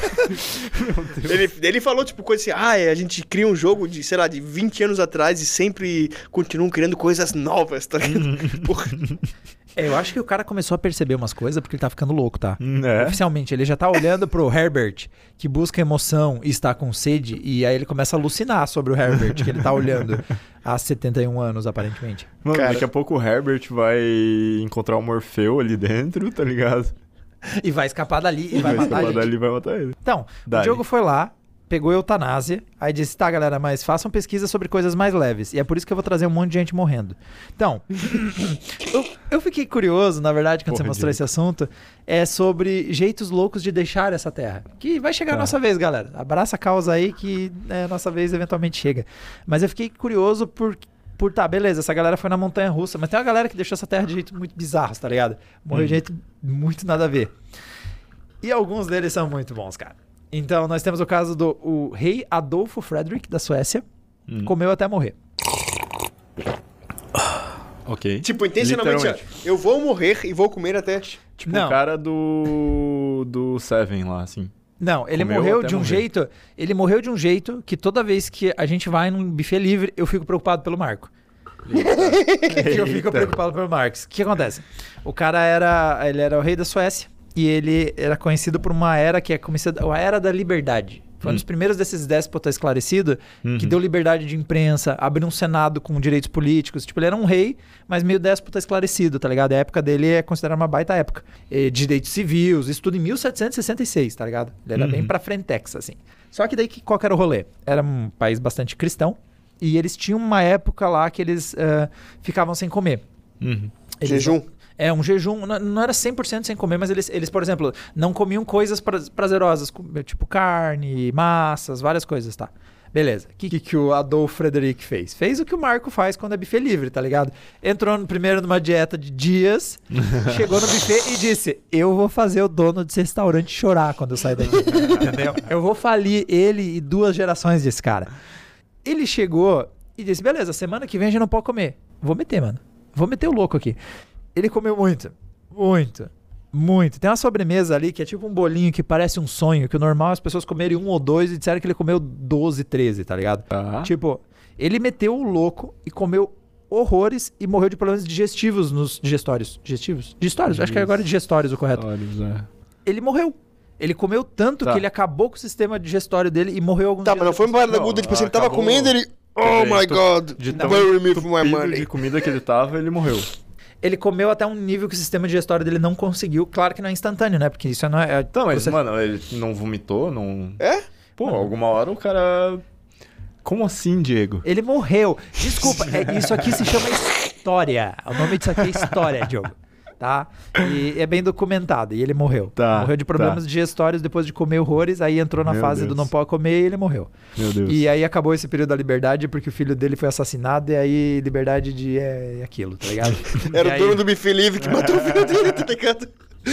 Ele, ele falou, tipo, coisa assim, ah, a gente cria um jogo de, sei lá, de vinte anos atrás e sempre continuam criando coisas novas, tá ligado? Porra. É, eu acho que o cara começou a perceber umas coisas porque ele tá ficando louco, tá? Né? Oficialmente, ele já tá olhando pro Herbert, que busca emoção e está com sede, e aí ele começa a alucinar sobre o Herbert, que ele tá olhando há setenta e um anos, aparentemente. Mano, Cara. daqui a pouco o Herbert vai encontrar o Morfeu ali dentro, tá ligado? E vai escapar dali e vai, Vai matar a escapar gente. dali e vai matar ele. Então, Dali. o Diogo foi lá, pegou eutanásia, aí disse, tá, galera, mas façam pesquisa sobre coisas mais leves. E é por isso que eu vou trazer um monte de gente morrendo. Então, eu, eu fiquei curioso, na verdade, quando Porra, você mostrou Diego. esse assunto, é sobre jeitos loucos de deixar essa terra. Que vai chegar Tá. a nossa vez, galera. Abraça a causa aí que é, a nossa vez eventualmente chega. Mas eu fiquei curioso por... Por tá, beleza, essa galera foi na montanha russa, mas tem uma galera que deixou essa terra de jeito muito bizarro, tá ligado? Morreu Hum. de jeito muito nada a ver. E alguns deles são muito bons, cara. Então, nós temos o caso do o rei Adolfo Frederick, da Suécia, Hum. comeu até morrer. Ok. Tipo, intencionalmente, ó, Literalmente. eu vou morrer e vou comer até... Tipo Não. o cara do... do Seven lá, assim. Não, ele Comeu morreu até de um morrer. jeito. Ele morreu de um jeito que toda vez que a gente vai num buffet livre, eu fico preocupado pelo Marco. Que eu fico Eita. preocupado pelo Marcos. O que acontece? O cara era. Ele era o rei da Suécia e ele era conhecido por uma era que é conhecida. A Era da Liberdade. Foi um Hum. dos primeiros desses déspotas esclarecido que Uhum. deu liberdade de imprensa, abriu um senado com direitos políticos. Tipo, ele era um rei, mas meio déspota esclarecido, tá ligado? A época dele é considerada uma baita época. E direitos civis, isso tudo em mil setecentos e sessenta e seis, tá ligado? Ele era Uhum. bem pra frentex, assim. Só que daí, que- qual que era o rolê? Era um país bastante cristão e eles tinham uma época lá que eles ah, ficavam sem comer. Uhum. Eles- Jejum. É, um jejum, não, não era cem por cento sem comer, mas eles, eles, por exemplo, não comiam coisas pra- prazerosas, com- tipo carne, massas, várias coisas, tá? Beleza. O que, que, que o Adolf Frederick fez? Fez o que o Marco faz quando é buffet livre, tá ligado? Entrou no- primeiro numa dieta de dias, chegou no buffet e disse, eu vou fazer o dono desse restaurante chorar quando eu sair daqui, entendeu? Eu vou falir ele e duas gerações desse cara. Ele chegou e disse, beleza, semana que vem a gente não pode comer. Vou meter, mano. Vou meter o louco aqui. Ele comeu muito, muito, muito. Tem uma sobremesa ali que é tipo um bolinho que parece um sonho, que o normal é as pessoas comerem um ou dois e disseram que ele comeu doze, treze, tá ligado? Tá. Tipo, ele meteu o louco e comeu horrores e morreu de problemas digestivos nos digestórios. Digestivos? Digestórios? Acho que agora é digestórios o correto. Olhos, é. Ele morreu. Ele comeu tanto Tá. que ele acabou com o sistema digestório dele e morreu alguns Tá, dias mas não foi uma depois. parada Não, aguda, tipo assim, ele tava acabou- comendo ele... Oh Quer dizer, my tu- god, de tão bury me for my entupido money. de comida que ele tava, ele morreu. Ele comeu até um nível que o sistema digestório dele não conseguiu. Claro que não é instantâneo, né? Porque isso não é... é Tá, mas, você- mano, ele não vomitou, não... É? Pô, alguma hora o cara... Como assim, Diego? Ele morreu. Desculpa, é- isso aqui se chama história. O nome disso aqui é história, Diogo. Tá? E é bem documentado. E ele morreu. Tá, morreu de problemas tá. digestórios depois de comer horrores. Aí entrou na Meu fase Deus. do não pode comer e ele morreu. Meu Deus. E aí acabou esse período da liberdade porque o filho dele foi assassinado. E aí liberdade de é aquilo, tá ligado? Era E o aí- dono do buffet livre que matou o filho dele, tá ligado?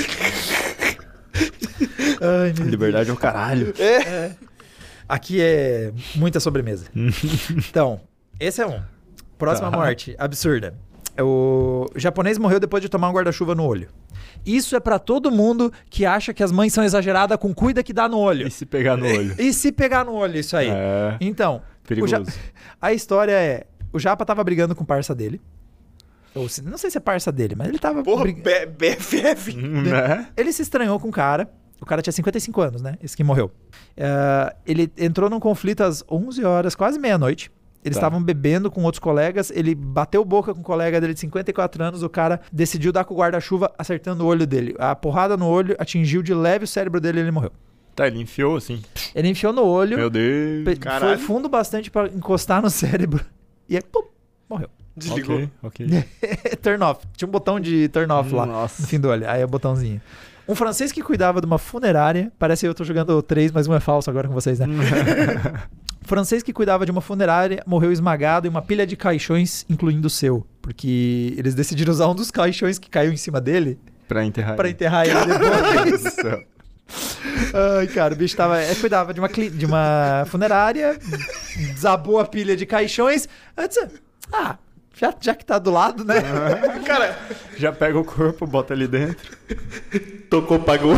Ai, meu Liberdade é o caralho. É. Aqui é muita sobremesa. Então, esse é um. Próxima Tá. morte, absurda. O japonês morreu depois de tomar um guarda-chuva no olho. Isso é pra todo mundo que acha que as mães são exageradas com cuida que dá no olho. E se pegar no olho? E se pegar no olho, isso aí. É, Então, o perigoso. ja- a história é: o Japa tava brigando com o parça dele. Ou se- não sei se é parça dele, mas ele tava. Porra, brig- B- BFF. Né? Ele se estranhou com o cara. O cara tinha cinquenta e cinco anos, né? Esse que morreu. Eh, ele entrou num conflito às onze horas, quase meia-noite. Eles Tá. estavam bebendo com outros colegas. Ele bateu boca com um colega dele de cinquenta e quatro anos. O cara decidiu dar com o guarda-chuva, acertando o olho dele. A porrada no olho atingiu de leve o cérebro dele e ele morreu. Tá, ele enfiou assim. Ele enfiou no olho, Meu Deus. pe- foi caralho. fundo bastante pra encostar no cérebro. E aí, pum, morreu. Desligou. Ok, ok. Turn off. Tinha um botão de turn off lá Nossa. no fim do olho. Aí é o botãozinho. Um francês que cuidava de uma funerária. Parece que eu tô jogando três, mas um é falso agora com vocês, né? Francês que cuidava de uma funerária morreu esmagado em uma pilha de caixões, incluindo o seu. Porque eles decidiram usar um dos caixões que caiu em cima dele Pra enterrar pra ele. enterrar ele Meu depois. Deus do céu. Ai, cara, o bicho tava. é, cuidava de uma, cli- de uma funerária, desabou a pilha de caixões. Antes, ah, já, já que tá do lado, né? Cara, Já pega o corpo, bota ali dentro. tocou, pagou.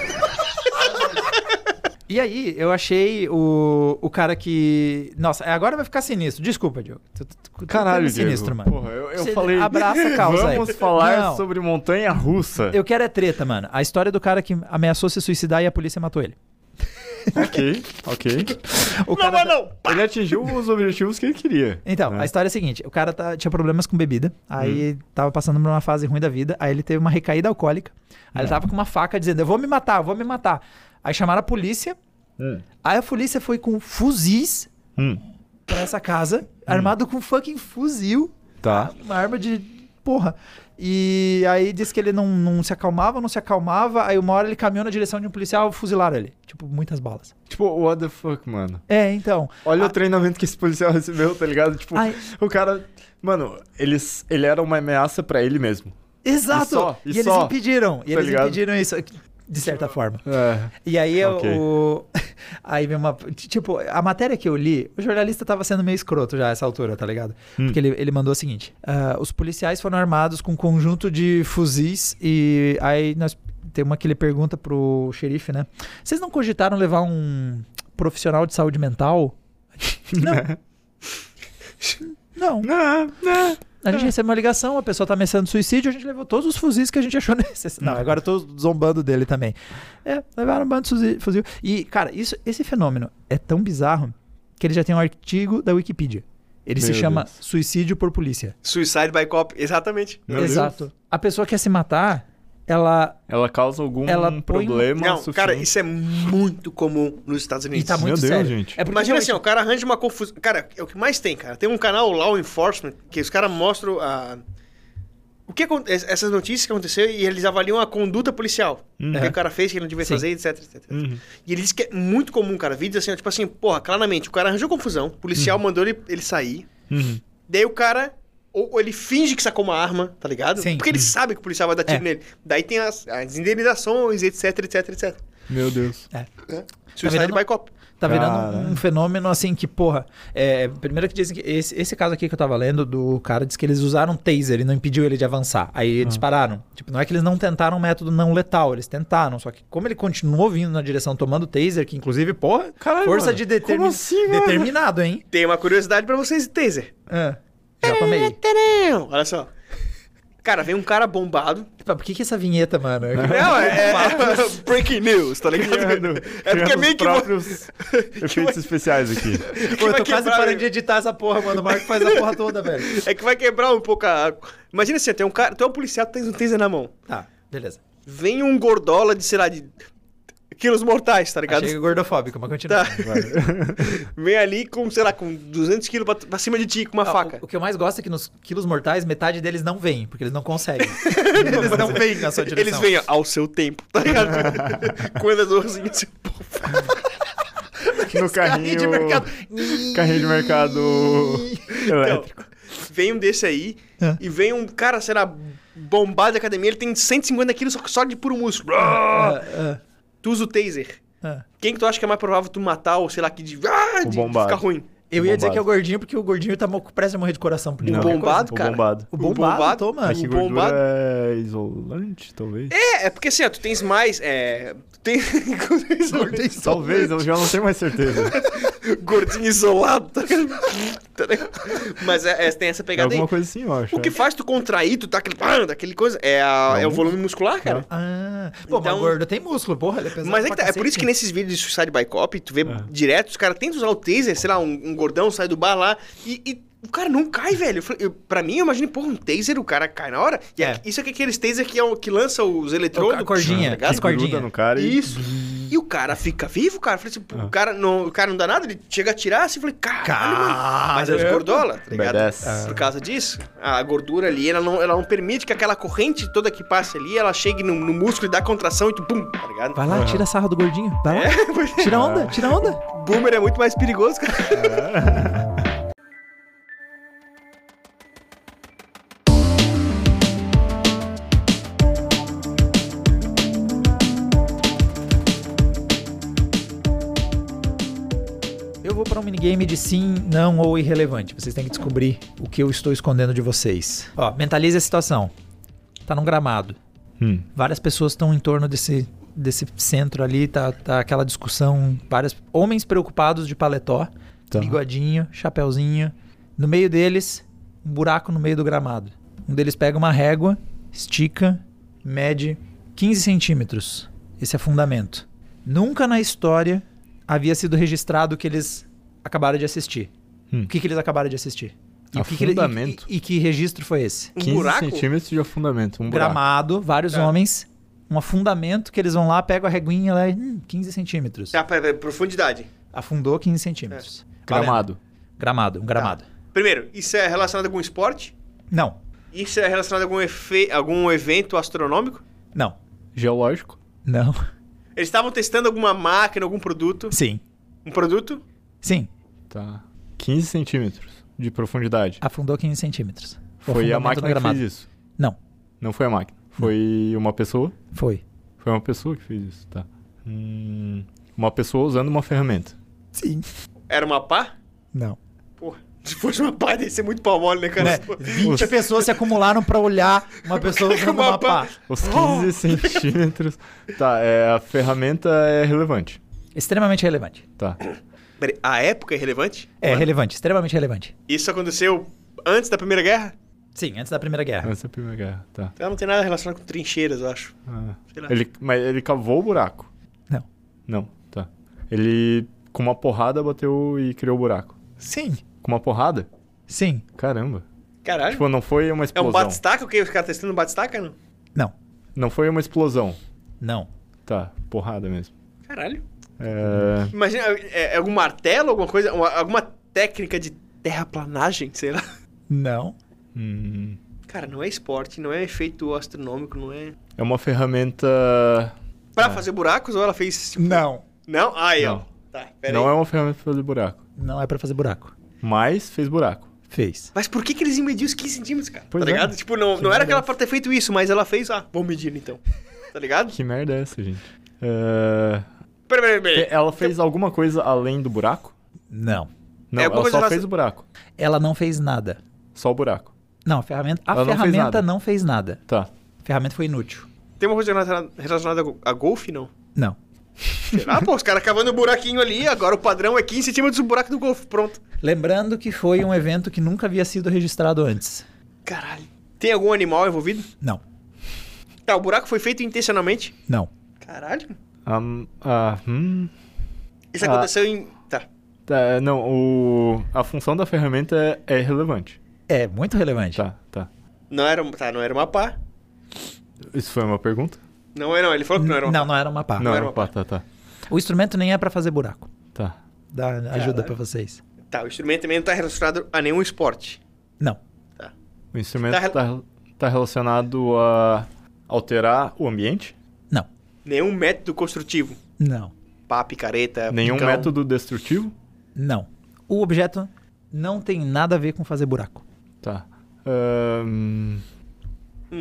E aí, eu achei o, o cara que. Nossa, agora vai ficar sinistro. Desculpa, Diogo. Tu- tu- tu- tu Caralho, tá sinistro, Diego. mano. Porra, eu, eu Você falei... abraça a causa aí. Vamos falar Não. sobre montanha-russa. Eu quero é treta, mano. A história do cara que ameaçou se suicidar e a polícia matou ele. Ok, ok. O Não, cara mas tá- não! Ele atingiu os objetivos que ele queria. Então, né? a história é a seguinte: o cara tá- tinha problemas com bebida, aí tava passando por uma fase ruim da vida, aí ele teve uma recaída alcoólica, aí ele tava com uma faca dizendo: eu vou me matar, eu vou me matar. Aí chamaram a polícia, Hum. aí a polícia foi com fuzis Hum. pra essa casa, armado com fucking fuzil, Tá. uma arma de porra. E aí disse que ele não, não se acalmava, não se acalmava, aí uma hora ele caminhou na direção de um policial, fuzilaram ele. Tipo, muitas balas. Tipo, what the fuck, mano? É, então. Olha a- o treinamento que esse policial recebeu, tá ligado? Tipo, Ai. o cara... Mano, eles, ele era uma ameaça pra ele mesmo. Exato! E só, e e eles só. impediram. E Tá eles ligado? impediram isso, de certa forma. É. E aí Ok. o. Aí vem uma. Tipo, a matéria que eu li, o jornalista tava sendo meio escroto já a essa altura, tá ligado? Hum. Porque ele, ele mandou o seguinte: ah, os policiais foram armados com um conjunto de fuzis, e aí nós. Tem uma que ele pergunta pro xerife, né? Vocês não cogitaram levar um profissional de saúde mental? Não. Não. Não, não. A gente recebeu uma ligação, a pessoa tá ameaçando suicídio, a gente levou todos os fuzis que a gente achou necessário. Não, agora eu tô zombando dele também. É, levaram um bando de fuzil. fuzil. E, cara, isso, esse fenômeno é tão bizarro que ele já tem um artigo da Wikipedia. Ele se Meu chama Deus. Suicídio por Polícia. Suicide by Cop, exatamente. Meu Deus. Exato. A pessoa quer se matar, ela... Ela causa algum Ela põe- problema Não, suficiente. cara, isso é muito comum nos Estados E Unidos. tá muito Meu Deus, sério. gente. É porque Imagina assim, ó, o realmente- cara arranja uma confusão. Cara, é o que mais tem, cara. Tem um canal Law Enforcement que os caras mostram a... o que acon- essas notícias que aconteceram e eles avaliam a conduta policial. Uhum. O que o cara fez, que ele não devia Sim. fazer, etc, etc. Uhum. E ele diz que é muito comum, cara. Vídeos assim, ó, tipo assim, porra, claramente, o cara arranjou confusão, o policial mandou ele, ele sair, Uhum. daí o cara... Ou, ou ele finge que sacou uma arma, tá ligado? Sim. Porque ele sabe que o policial vai dar tiro É. nele. Daí tem as, as indenizações, etc, etc, etc. Meu Deus. É. Suicide virando- by Cop. Tá virando Caralho. um fenômeno assim que, porra. É, primeiro que dizem que esse, esse caso aqui que eu tava lendo, do cara diz que eles usaram taser e não impediu ele de avançar. Aí eles dispararam. Tipo, não é que eles não tentaram um método não letal, eles tentaram. Só que como ele continuou vindo na direção tomando taser, que inclusive, porra, Caralho, força mano. de determin... Como assim, mano? determinado, hein? Tem uma curiosidade pra vocês de taser. É, já tomei. Tadam! Olha só. Cara, vem um cara bombado. Por que que essa vinheta, mano? Não, é, é breaking news, tá ligado? Criando, É porque é meio os que... próprios efeitos especiais aqui. Pô, eu vai tô quase quebrar, parando né? de editar essa porra, mano. O Marco faz a porra toda, velho. É que vai quebrar um pouco a... Imagina assim, tem um cara... Tu é um policial, tu tens um taser na mão. Tá, beleza. Vem um gordola de, sei lá, de... quilos mortais, tá ligado? Achei gordofóbico, mas continua. Tá. Vem ali com, sei lá, com duzentos quilos pra, pra cima de ti, com uma Ah, faca. O, o que eu mais gosto é que nos quilos mortais, metade deles não vem, porque eles não conseguem. eles não vêm na sua direção. Eles vêm ao seu tempo, tá ligado? com o elevadorzinho assim, pô. No carrinho... de mercado. Carrinho de mercado elétrico. Então, vem um desse aí É. e vem um cara, sei lá, bombado de academia, ele tem cento e cinquenta quilos só, só de puro músculo. Ah, Tu usa o taser. ah, ah. Quem que tu acha que é mais provável tu matar ou sei lá, que de, ah, O de, de bombado. ficar ruim? Eu ia dizer bombado. que é o gordinho, porque o gordinho tá mo- prestes a morrer de coração. Por O qualquer bombado, O cara. bombado. O bombado, tô, mano. É que o gordura bombado- é isolante, talvez? É, é porque assim, ó, tu tens mais, é... Tu tem... Talvez, eu já não tenho mais certeza. Gordinho isolado, tá ligado? Tá ligado? Mas é, é, tem essa É pegada aí. alguma coisa assim, eu acho. O que faz tu contrair, tu tá aquele... ah, daquele coisa, é, a, é o volume muscular, cara. Ah, pô, mas Então- o gordo tem músculo, porra, ele é pesado Mas é, que pra tá, é por isso cacete. que nesses vídeos de Suicide by Cop, tu vê direto, os caras tentam usar o taser, sei lá, um, um gordão sai do bar lá e, e o cara não cai, velho. Eu, falei- eu, pra mim, eu imagino, porra, um taser, o cara cai na hora. E É. é. isso aqui é aqueles taser que, é o, que lança os eletrodos. A cordinha, tá ligado? as cordinhas. gruda no cara e... Isso. E o cara fica vivo, cara. Eu falei assim, pô, o, cara não, o cara não dá nada, ele chega a tirar assim, eu falei, caralho, mano. Mas é os gordola, tá ligado? Badass. Por causa disso, a gordura ali, ela não, ela não permite que aquela corrente toda que passe ali, ela chegue no, no músculo e dá contração e tu, pum, tá ligado? Vai lá, tira a sarra do gordinho. Vai lá. É, Tira onda, tira onda. Boomer é muito mais perigoso, cara. Eu vou para um minigame de sim, não ou irrelevante. Vocês têm que descobrir o que eu estou escondendo de vocês. Ó, mentalize a situação. Tá num gramado. Hum. Várias pessoas estão em torno desse, desse centro ali, tá, tá aquela discussão. Vários homens preocupados de paletó, Tá. bigodinho, chapéuzinho. No meio deles, um buraco no meio do gramado. Um deles pega uma régua, estica, mede quinze centímetros. Esse é fundamento. Nunca na história havia sido registrado o que eles acabaram de assistir. Hum. O que, que eles acabaram de assistir? E, o que que ele- Afundamento. e, e que registro foi esse? Um quinze buraco? centímetros de afundamento. Um buraco. Gramado, vários Tá. homens, um afundamento que eles vão lá, pegam a reguinha lá, hum, quinze centímetros. Tá, pera, pera, profundidade. Afundou quinze centímetros. Valendo. Gramado. Gramado, um gramado. Primeiro, isso é relacionado a algum esporte? Não, Isso é relacionado a algum, efe... algum evento astronômico? não, Geológico. não. Eles estavam testando alguma máquina, algum produto? Sim, Um produto? sim, Tá. quinze centímetros de profundidade. afundou quinze centímetros. O Foi a afundamento máquina no que gramado. fez isso. Não, Não foi a máquina. Foi uma pessoa. foi. Foi uma pessoa que fez isso, tá. Hum, uma pessoa usando uma ferramenta. Sim. Era uma pá? Não. Porra, se fosse uma pá, ia ser muito pau mole, né, cara? Né? vinte pessoas se acumularam pra olhar uma pessoa usando Uma uma pá. Os quinze centímetros. Tá, é, a ferramenta é relevante. Extremamente relevante. Tá. Peraí, a época é relevante? É Mano, relevante, extremamente relevante. Isso aconteceu antes da Primeira Guerra? Sim, antes da Primeira Guerra. Antes da Primeira Guerra, tá. Ela não tem nada relacionado com trincheiras, eu acho. Ah. Sei lá. Ele, mas ele cavou o buraco? Não. Não, tá. Ele, com uma porrada, bateu e criou o buraco. Sim, Com uma porrada? sim. Caramba. Caralho. Tipo, não foi uma é explosão. um bate-staca? O que? Os caras testando um bate-staca, não? Não, Não foi uma explosão. não. Tá, porrada mesmo. Caralho. É... Imagina, é, é algum martelo, alguma coisa, uma- alguma técnica de terraplanagem, sei lá. Não. hum, Cara, não é esporte, não é efeito astronômico, não é... é uma ferramenta... Pra É. fazer buracos ou ela fez... tipo- Não. Não? Aí, ó. Não. Tá, pera Não aí. é uma ferramenta pra fazer buraco. Não é pra fazer buraco. Mas fez buraco. Fez. Mas por que, que eles iam medir os quinze centímetros, cara? Pois tá é. ligado? Tipo, não, Que não era merda que ela é pra ter feito isso, mas ela fez, ah, vamos medir então. Tá ligado? Que merda é essa, gente? É... Pera, pera, pera. Ela fez alguma coisa além do buraco? Não. Não, É alguma ela coisa só relacion- fez o buraco. Ela não fez nada. Só o buraco. Não, a ferramenta, a Ela não fez ferramenta nada. não fez nada. Tá. A ferramenta foi inútil. Tem uma coisa relaciona- relacionada a go- a golfe, não? Não. Ah, pô, os caras cavando um buraquinho ali, agora o padrão é quinze centímetros do buraco do golfe, pronto. Lembrando que foi um evento que nunca havia sido registrado antes. Caralho. Tem algum animal envolvido? Não. Tá, o buraco foi feito intencionalmente? Não. Caralho. Am- ah, hum, Isso Ah. aconteceu em... Tá. tá, não, o, a função da ferramenta é, é relevante. É muito relevante. Tá, tá. Não era, tá, não era uma pá. Isso foi uma pergunta? Não é, não. Ele falou que não era uma Não, não era uma pá. não, era era uma pá, tá, tá. O instrumento nem é pra fazer buraco. Tá. Dá ajuda Caralho. pra vocês. Tá, o instrumento também não tá relacionado a nenhum esporte. Não. O instrumento Tá tá, rel- tá relacionado a alterar o ambiente? Não. Nenhum método construtivo. Não. Pá, picareta, Nenhum picão. método destrutivo? Não. O objeto não tem nada a ver com fazer buraco. Tá. Ahn, Hum.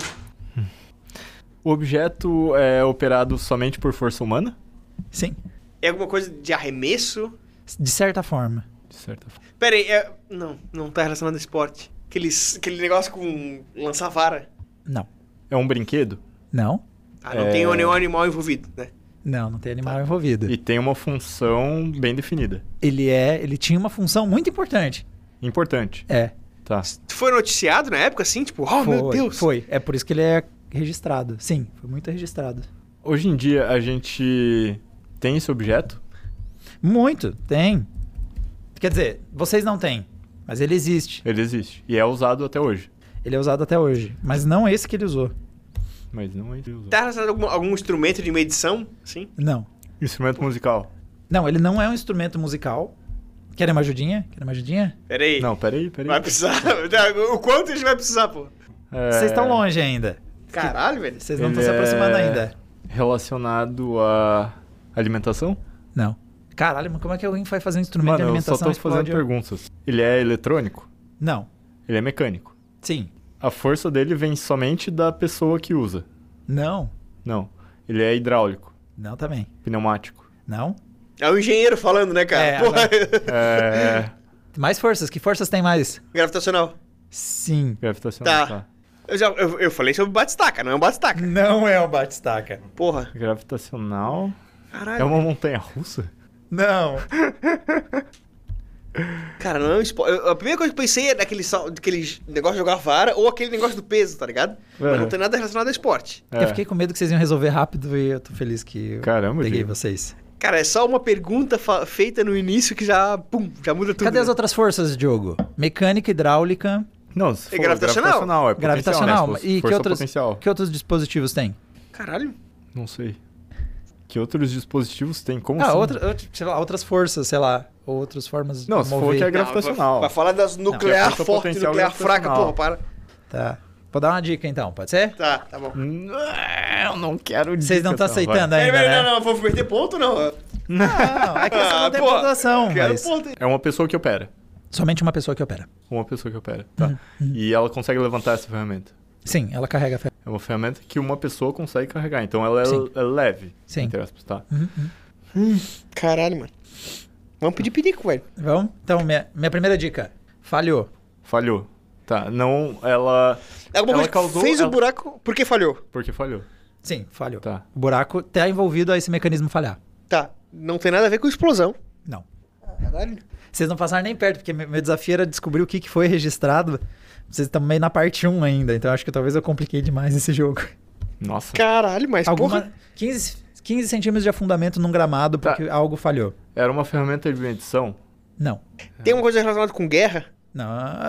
O objeto é operado somente por força humana? Sim. É alguma coisa de arremesso? De certa forma. De certa forma. Pera aí, é... Não, não tá relacionado a esporte. Aqueles, aquele negócio com lançar vara. Não. É um brinquedo? Não. Ah, não É. tem nenhum animal envolvido, né? Não, não tem animal envolvido. E tem uma função bem definida. Ele é, ele tinha uma função muito importante. Importante. É. Tá. Foi noticiado na época, assim? Tipo, oh, foi, meu Deus. Foi. É por isso que ele é registrado. Sim, foi muito registrado. Hoje em dia a gente tem esse objeto? Muito, tem. Quer dizer, vocês não têm, mas ele existe. Ele existe. E é usado até hoje. Ele é usado até hoje, mas não esse que ele usou. Mas não é ele usado. Tá relacionado a algum, algum instrumento de medição? Sim. Não. Instrumento musical? Não, ele não é um instrumento musical. Querem uma ajudinha? Querem uma ajudinha? Pera aí. Não, peraí, peraí. Vai precisar. O quanto a gente vai precisar, pô? É, Vocês estão longe ainda. Caralho, velho. Vocês não ele estão se aproximando é ainda. Relacionado à alimentação? Não. Caralho, mas como é que alguém vai fazer um instrumento Mano, de eu só alimentação tô e fazendo explode? perguntas. Ele é eletrônico? Não. Ele é mecânico? Sim. A força dele vem somente da pessoa que usa? Não. Não. Ele é hidráulico? Não também. Pneumático? Não. É o engenheiro falando, né, cara? É, Porra. É... Mais forças. Que forças tem mais? Gravitacional. Sim. Gravitacional, Tá. tá. Eu, já, eu, eu falei sobre batistaca, não é um batistaca. Não é o batistaca. Porra. Gravitacional... Caralho. É uma montanha russa? Não. Cara, não é um esporte. Eu- A primeira coisa que eu pensei é daquele, sal- daquele negócio de jogar vara ou aquele negócio do peso, tá ligado? Mas não É. tem nada relacionado a esporte. É. Eu fiquei com medo que vocês iam resolver rápido e eu tô feliz que eu Caramba, peguei Diego. vocês. Cara, é só uma pergunta fa- feita no início que já, pum, já muda tudo. Cadê as né? outras forças, Diogo? Mecânica, hidráulica, Não, se É for gravitacional. gravitacional, é potencial, gravitacional. né? Se fosse E que força outros, potencial. que outros dispositivos tem? Caralho. Não sei. Que outros dispositivos tem? Como Ah, assim? outra, outra- sei lá, outras forças, sei lá. Outras formas Não, de se for mover. que é Não, gravitacional. Vai falar das nuclear força forte e potencial nuclear fraca, gravitacional. porra, para. Tá. Vou dar uma dica então, pode ser? Tá, tá bom. Eu não quero Vocês não estão dicas, aceitando vai. ainda, Peraí, né? não, não, vou perder ponto não. Não, é que você Ah, não tem porra, pontuação, Quero mas... ponto. É uma pessoa que opera. Somente uma pessoa que opera. Uma pessoa que opera, tá. E ela consegue levantar essa ferramenta. Sim, ela carrega a ferramenta. É uma ferramenta que uma pessoa consegue carregar. Então ela é, Sim. é leve, Sim. entre aspas, tá? Caralho, mano. Vamos pedir pedico, velho. Vamos? Então, minha, minha primeira dica. Falhou. Falhou. Tá, não, ela... Alguma ela coisa causou... fez ela... o buraco, por que falhou? Porque falhou. Sim, falhou. Tá. O buraco tá envolvido a esse mecanismo falhar. Tá, não tem nada a ver com explosão. Não. Caralho. Vocês não passaram nem perto, porque meu meu desafio era descobrir o que, que foi registrado. Vocês estão meio na parte um ainda, então acho que talvez eu compliquei demais esse jogo. Nossa. Caralho, mas Alguma... porra... quinze, quinze centímetros de afundamento num gramado Tá. porque algo falhou. Era uma ferramenta de medição? Não. Tem uma coisa relacionada com guerra? Não.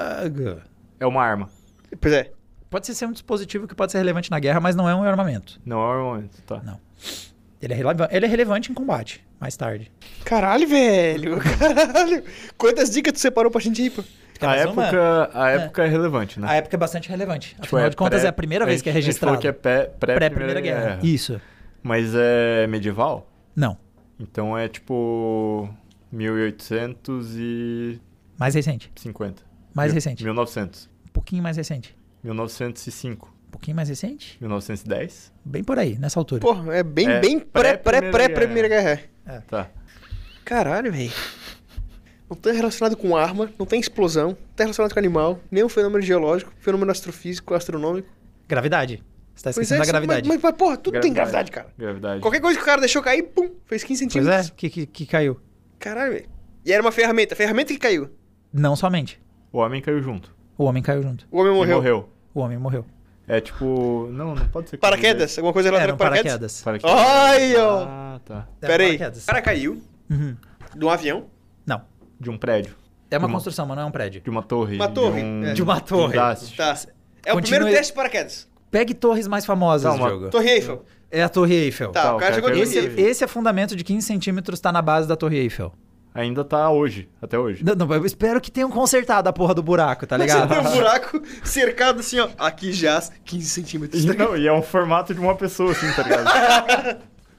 É uma arma. Pois é. Pode ser um dispositivo que pode ser relevante na guerra, mas não é um armamento. Não é um armamento, tá. Não. Ele é, releva- ele é relevante em combate, mais tarde. Caralho, velho. Caralho. Quantas dicas tu separou pra gente ir, pô? Quer A mais uma? época, a época é. relevante, né? A época é bastante relevante. Tipo, Afinal de contas, pré- é a primeira vez que é a gente- registrado. A gente falou que é pré- Pré-Primeira pré-primeira Guerra. guerra. Isso. Mas é medieval? Não. Então é tipo mil e oitocentos e Mais recente. cinquenta. Mais Mil- recente. mil e novecentos. Um pouquinho mais recente. mil novecentos e cinco. Um pouquinho mais recente? mil novecentos e dez. Bem por aí, nessa altura. Porra, é bem, É bem pré, pré, pré, pré-Primeira Primeira Guerra. Tá. Caralho, velho. Não tá relacionado com arma, não tem explosão, não tá relacionado com animal, nenhum fenômeno geológico, fenômeno astrofísico, astronômico. Gravidade. Você tá Pois esquecendo é, da gravidade. Mas, mas, mas, porra, tudo tem gravidade, cara. Gravidade. Qualquer coisa que o cara deixou cair, pum, fez quinze Pois centímetros. é, que, que, que caiu. Caralho, velho. E era uma ferramenta, ferramenta que caiu. Não somente. O homem caiu junto. O homem caiu junto. O homem E morreu. morreu. O homem morreu. É tipo... Não, não pode ser... Paraquedas? Alguma coisa Era relacionada um com paraquedas? paraquedas. Ai, ó. Ah, tá. Era Pera aí. paraquedas. O cara caiu Uhum. de um avião. Não. De um prédio. É uma Uma- construção, mas não é um prédio. De uma torre. Uma torre, De, um... é. De uma torre. guindaste. Tá. É o Continue- primeiro teste de paraquedas. Pegue torres mais famosas, Tá, uma Diogo. Torre Eiffel. É a Torre Eiffel. Tá, Tá, o o cara cara jogou de caiu Torre Esse, Eiffel. esse afundamento de quinze centímetros tá na base da Torre Eiffel. Ainda tá hoje. Até hoje. Não, não, eu espero que tenham consertado a porra do buraco, tá ligado? Você tem um buraco cercado assim, ó. Aqui já quinze centímetros. E, não, e é um formato de uma pessoa, assim, tá ligado?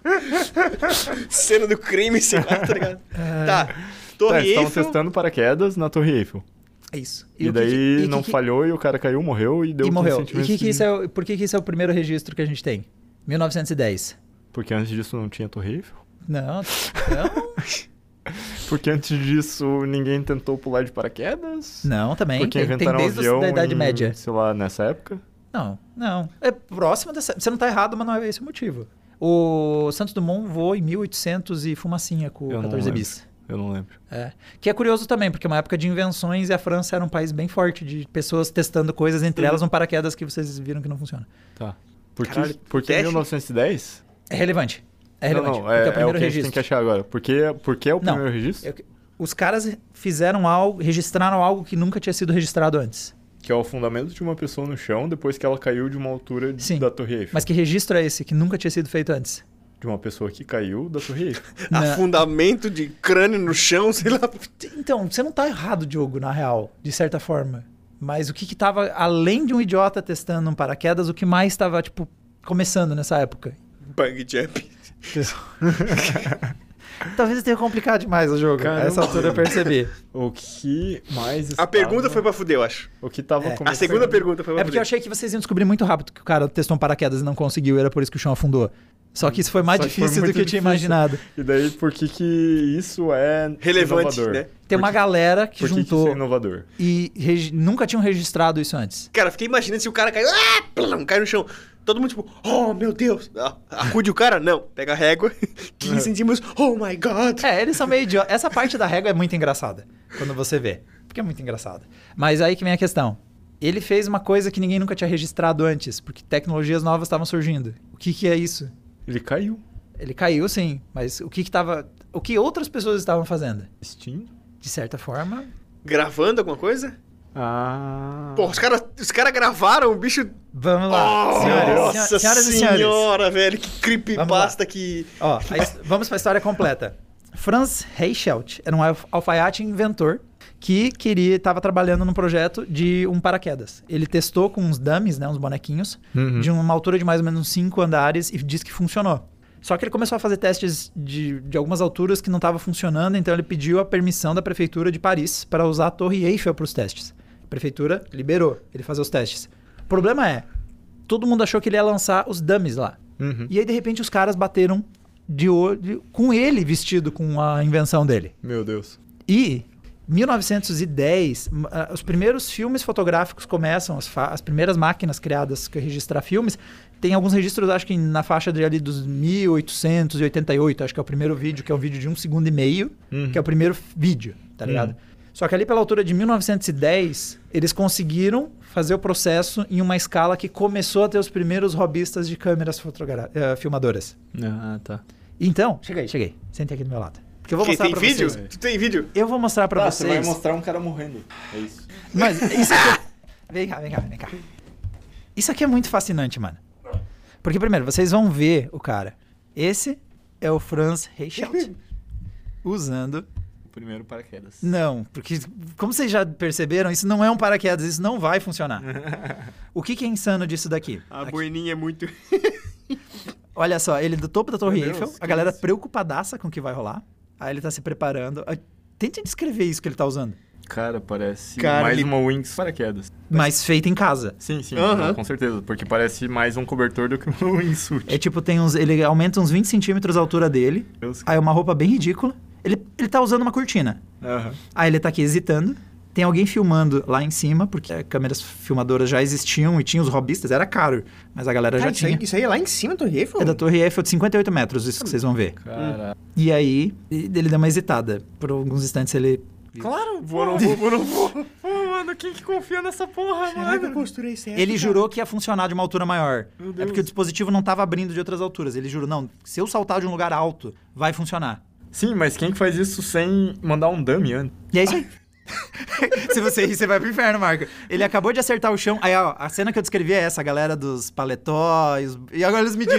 Cena do crime, sei lá, tá ligado? Tá. Tá, Torre eles estavam Eiffel. testando paraquedas na Torre Eiffel. É isso. E, o que daí que- e não que que- falhou e o cara caiu, morreu e deu E morreu. quinze E que que centímetros isso é, o- por que, que isso é o primeiro registro que a gente tem? mil novecentos e dez. Porque antes disso não tinha Torre Eiffel? Não, não, Porque antes disso ninguém tentou pular de paraquedas? não também. Porque Tem, tem inventaram um desde avião a Idade em, Média. sei lá, nessa época? Não, não. É próximo dessa... Você não tá errado, mas não é esse o motivo. O Santos Dumont voou em mil e oitocentos e fumacinha com Eu o não quatorze lembro. bis. Eu não lembro. É. Que é curioso também, porque é uma época de invenções e a França era um país bem forte de pessoas testando coisas, entre elas um paraquedas que vocês viram que não funciona. Tá. Por que, Caralho, por que teste? mil novecentos e dez? É relevante. É não, relevante. não, porque é, é o é o primeiro que a gente tem registro. que achar agora. Por que, por que é o Não. primeiro registro? Eu- Os caras fizeram algo, registraram algo que nunca tinha sido registrado antes. Que é o fundamento de uma pessoa no chão depois que ela caiu de uma altura de- Sim. da Torre Eiffel. Mas que registro é esse que nunca tinha sido feito antes? De uma pessoa que caiu da Torre Eiffel. Não. Afundamento de crânio no chão, sei lá. Então, você não tá errado, Diogo, na real, de certa forma. Mas o que que tava, além de um idiota testando um paraquedas, o que mais tava, tipo, começando nessa época? Bang jump. Talvez tenha complicado demais o jogo. Caramba. A essa altura eu percebi. O que mais A estava... pergunta foi pra fuder, eu acho. O que tava É. começando... A segunda pergunta foi pra É porque eu fuder. achei que vocês iam descobrir muito rápido que o cara testou um paraquedas e não conseguiu, e era por isso que o chão afundou. Só que isso foi mais Só que foi difícil do muito que eu tinha difícil. imaginado. E daí, por que que isso é Relevante, inovador? né? Tem uma Por que- galera que Por que que isso juntou é inovador? e regi- nunca tinham registrado isso antes. Cara, fiquei imaginando se o cara caiu. Ah, plum, cai no chão. Todo mundo tipo, oh meu Deus. Ah, acude o cara? Não. Pega a régua, quinze centímetros. Oh my god. É, eles são meio idiotas. Essa parte da régua é muito engraçada, quando você vê. Porque é muito engraçada. Mas aí que vem a questão. Ele fez uma coisa que ninguém nunca tinha registrado antes, porque tecnologias novas estavam surgindo. O que que é isso? Ele caiu. Ele caiu, sim. Mas o que que tava... O que outras pessoas estavam fazendo? Steam? De certa forma... Gravando alguma coisa? Ah... Pô, os caras os cara gravaram o bicho... Vamos lá. Oh, senhores, nossa senhoras e senhores. senhora, velho. Que Vamos creepypasta que... Ó, a his- vamos para a história completa. Franz Reichelt era um alf- alfaiate inventor que queria estava trabalhando num projeto de um paraquedas. Ele testou com uns dummies, né, uns bonequinhos, Uhum. de uma altura de mais ou menos cinco andares e disse que funcionou. Só que ele começou a fazer testes de, de algumas alturas que não estavam funcionando, então ele pediu a permissão da prefeitura de Paris para usar a Torre Eiffel para os testes. A prefeitura liberou ele fazer os testes. O problema é, todo mundo achou que ele ia lançar os dummies lá. Uhum. E aí, de repente, os caras bateram de olho com ele vestido com a invenção dele. Meu Deus. E, mil novecentos e dez, m- ah, os primeiros filmes fotográficos começam, as, fa- as primeiras máquinas criadas que registrar filmes, tem alguns registros, acho que na faixa de, ali dos mil oitocentos e oitenta e oito, acho que é o primeiro vídeo, que é um vídeo de um segundo e meio, Uhum. que é o primeiro f- vídeo, tá ligado? Uhum. Só que ali pela altura de mil novecentos e dez, eles conseguiram fazer o processo em uma escala que começou a ter os primeiros robistas de câmeras fotogra- eh, filmadoras. Ah, tá. Então, chega aí, chega aí. Senta aqui do meu lado. Porque eu vou Quem mostrar tem pra vídeo? vocês. Tu tem vídeo? Eu vou mostrar pra Tá, você vocês. vai mostrar um cara morrendo. É isso. Mas isso aqui... Vem cá, vem cá, vem cá. Isso aqui é muito fascinante, mano. Porque, primeiro, vocês vão ver o cara. Esse é o Franz Reichelt usando... O primeiro paraquedas. Não, porque, como vocês já perceberam, isso não é um paraquedas, isso não vai funcionar. O que, que é insano disso daqui? A Aqui. boininha é muito... Olha só, ele do topo da Torre Meu Deus, Eiffel, a que galera isso? preocupadaça com o que vai rolar. Aí ele tá se preparando. Ah, tente descrever isso que ele tá usando. Cara, parece Cara, mais ele- uma Wings paraquedas. Mas feito em casa. Sim, sim, Aham. não, com certeza. Porque parece mais um cobertor do que um wingsuit. É tipo, tem uns. Ele aumenta uns vinte centímetros a altura dele. Deus. Aí é uma roupa bem ridícula. Ele, ele tá usando uma cortina. Aham. Aí ele tá aqui hesitando. Tem alguém filmando lá em cima, porque eh, câmeras filmadoras já existiam e tinha os robistas, era caro. Mas a galera Cara, já isso tinha. aí, isso aí é lá em cima do Torre Eiffel? É da Torre Eiffel de cinquenta e oito metros, isso que vocês vão ver. Cara. E aí, ele deu uma hesitada. Por alguns instantes ele. Claro, Vou, não vou, vou, não vou. Pô, mano, quem que confia nessa porra, Caraca, eu mano? posturei certo. Ele cara. jurou que ia funcionar de uma altura maior. Meu É Deus. porque o dispositivo não estava abrindo de outras alturas. Ele jurou, não, se eu saltar de um lugar alto, vai funcionar. Sim, mas quem que faz isso sem mandar um dummy antes? E é isso aí. Se você rir, você vai pro inferno, Marco. Ele acabou de acertar o chão. Aí, ó, a cena que eu descrevi é essa, a galera dos paletóis. E agora eles medindo.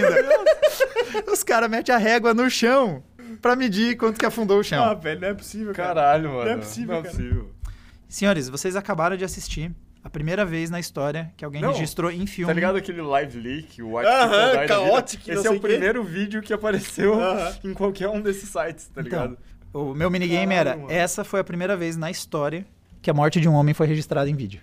Os caras metem a régua no chão pra medir quanto que afundou o chão. Ah, velho, não é possível, cara. Caralho, mano. Não é possível, Não é cara. possível. Senhores, vocês acabaram de assistir a primeira vez na história que alguém Não, registrou em filme. Tá ligado aquele live leak, o White Aham, People Die da vida? Chaotic, não Esse sei é o o quê. primeiro vídeo que apareceu Aham. em qualquer um desses sites, tá ligado? Então, o meu minigame Caralho, era, mano. essa foi a primeira vez na história que a morte de um homem foi registrada em vídeo.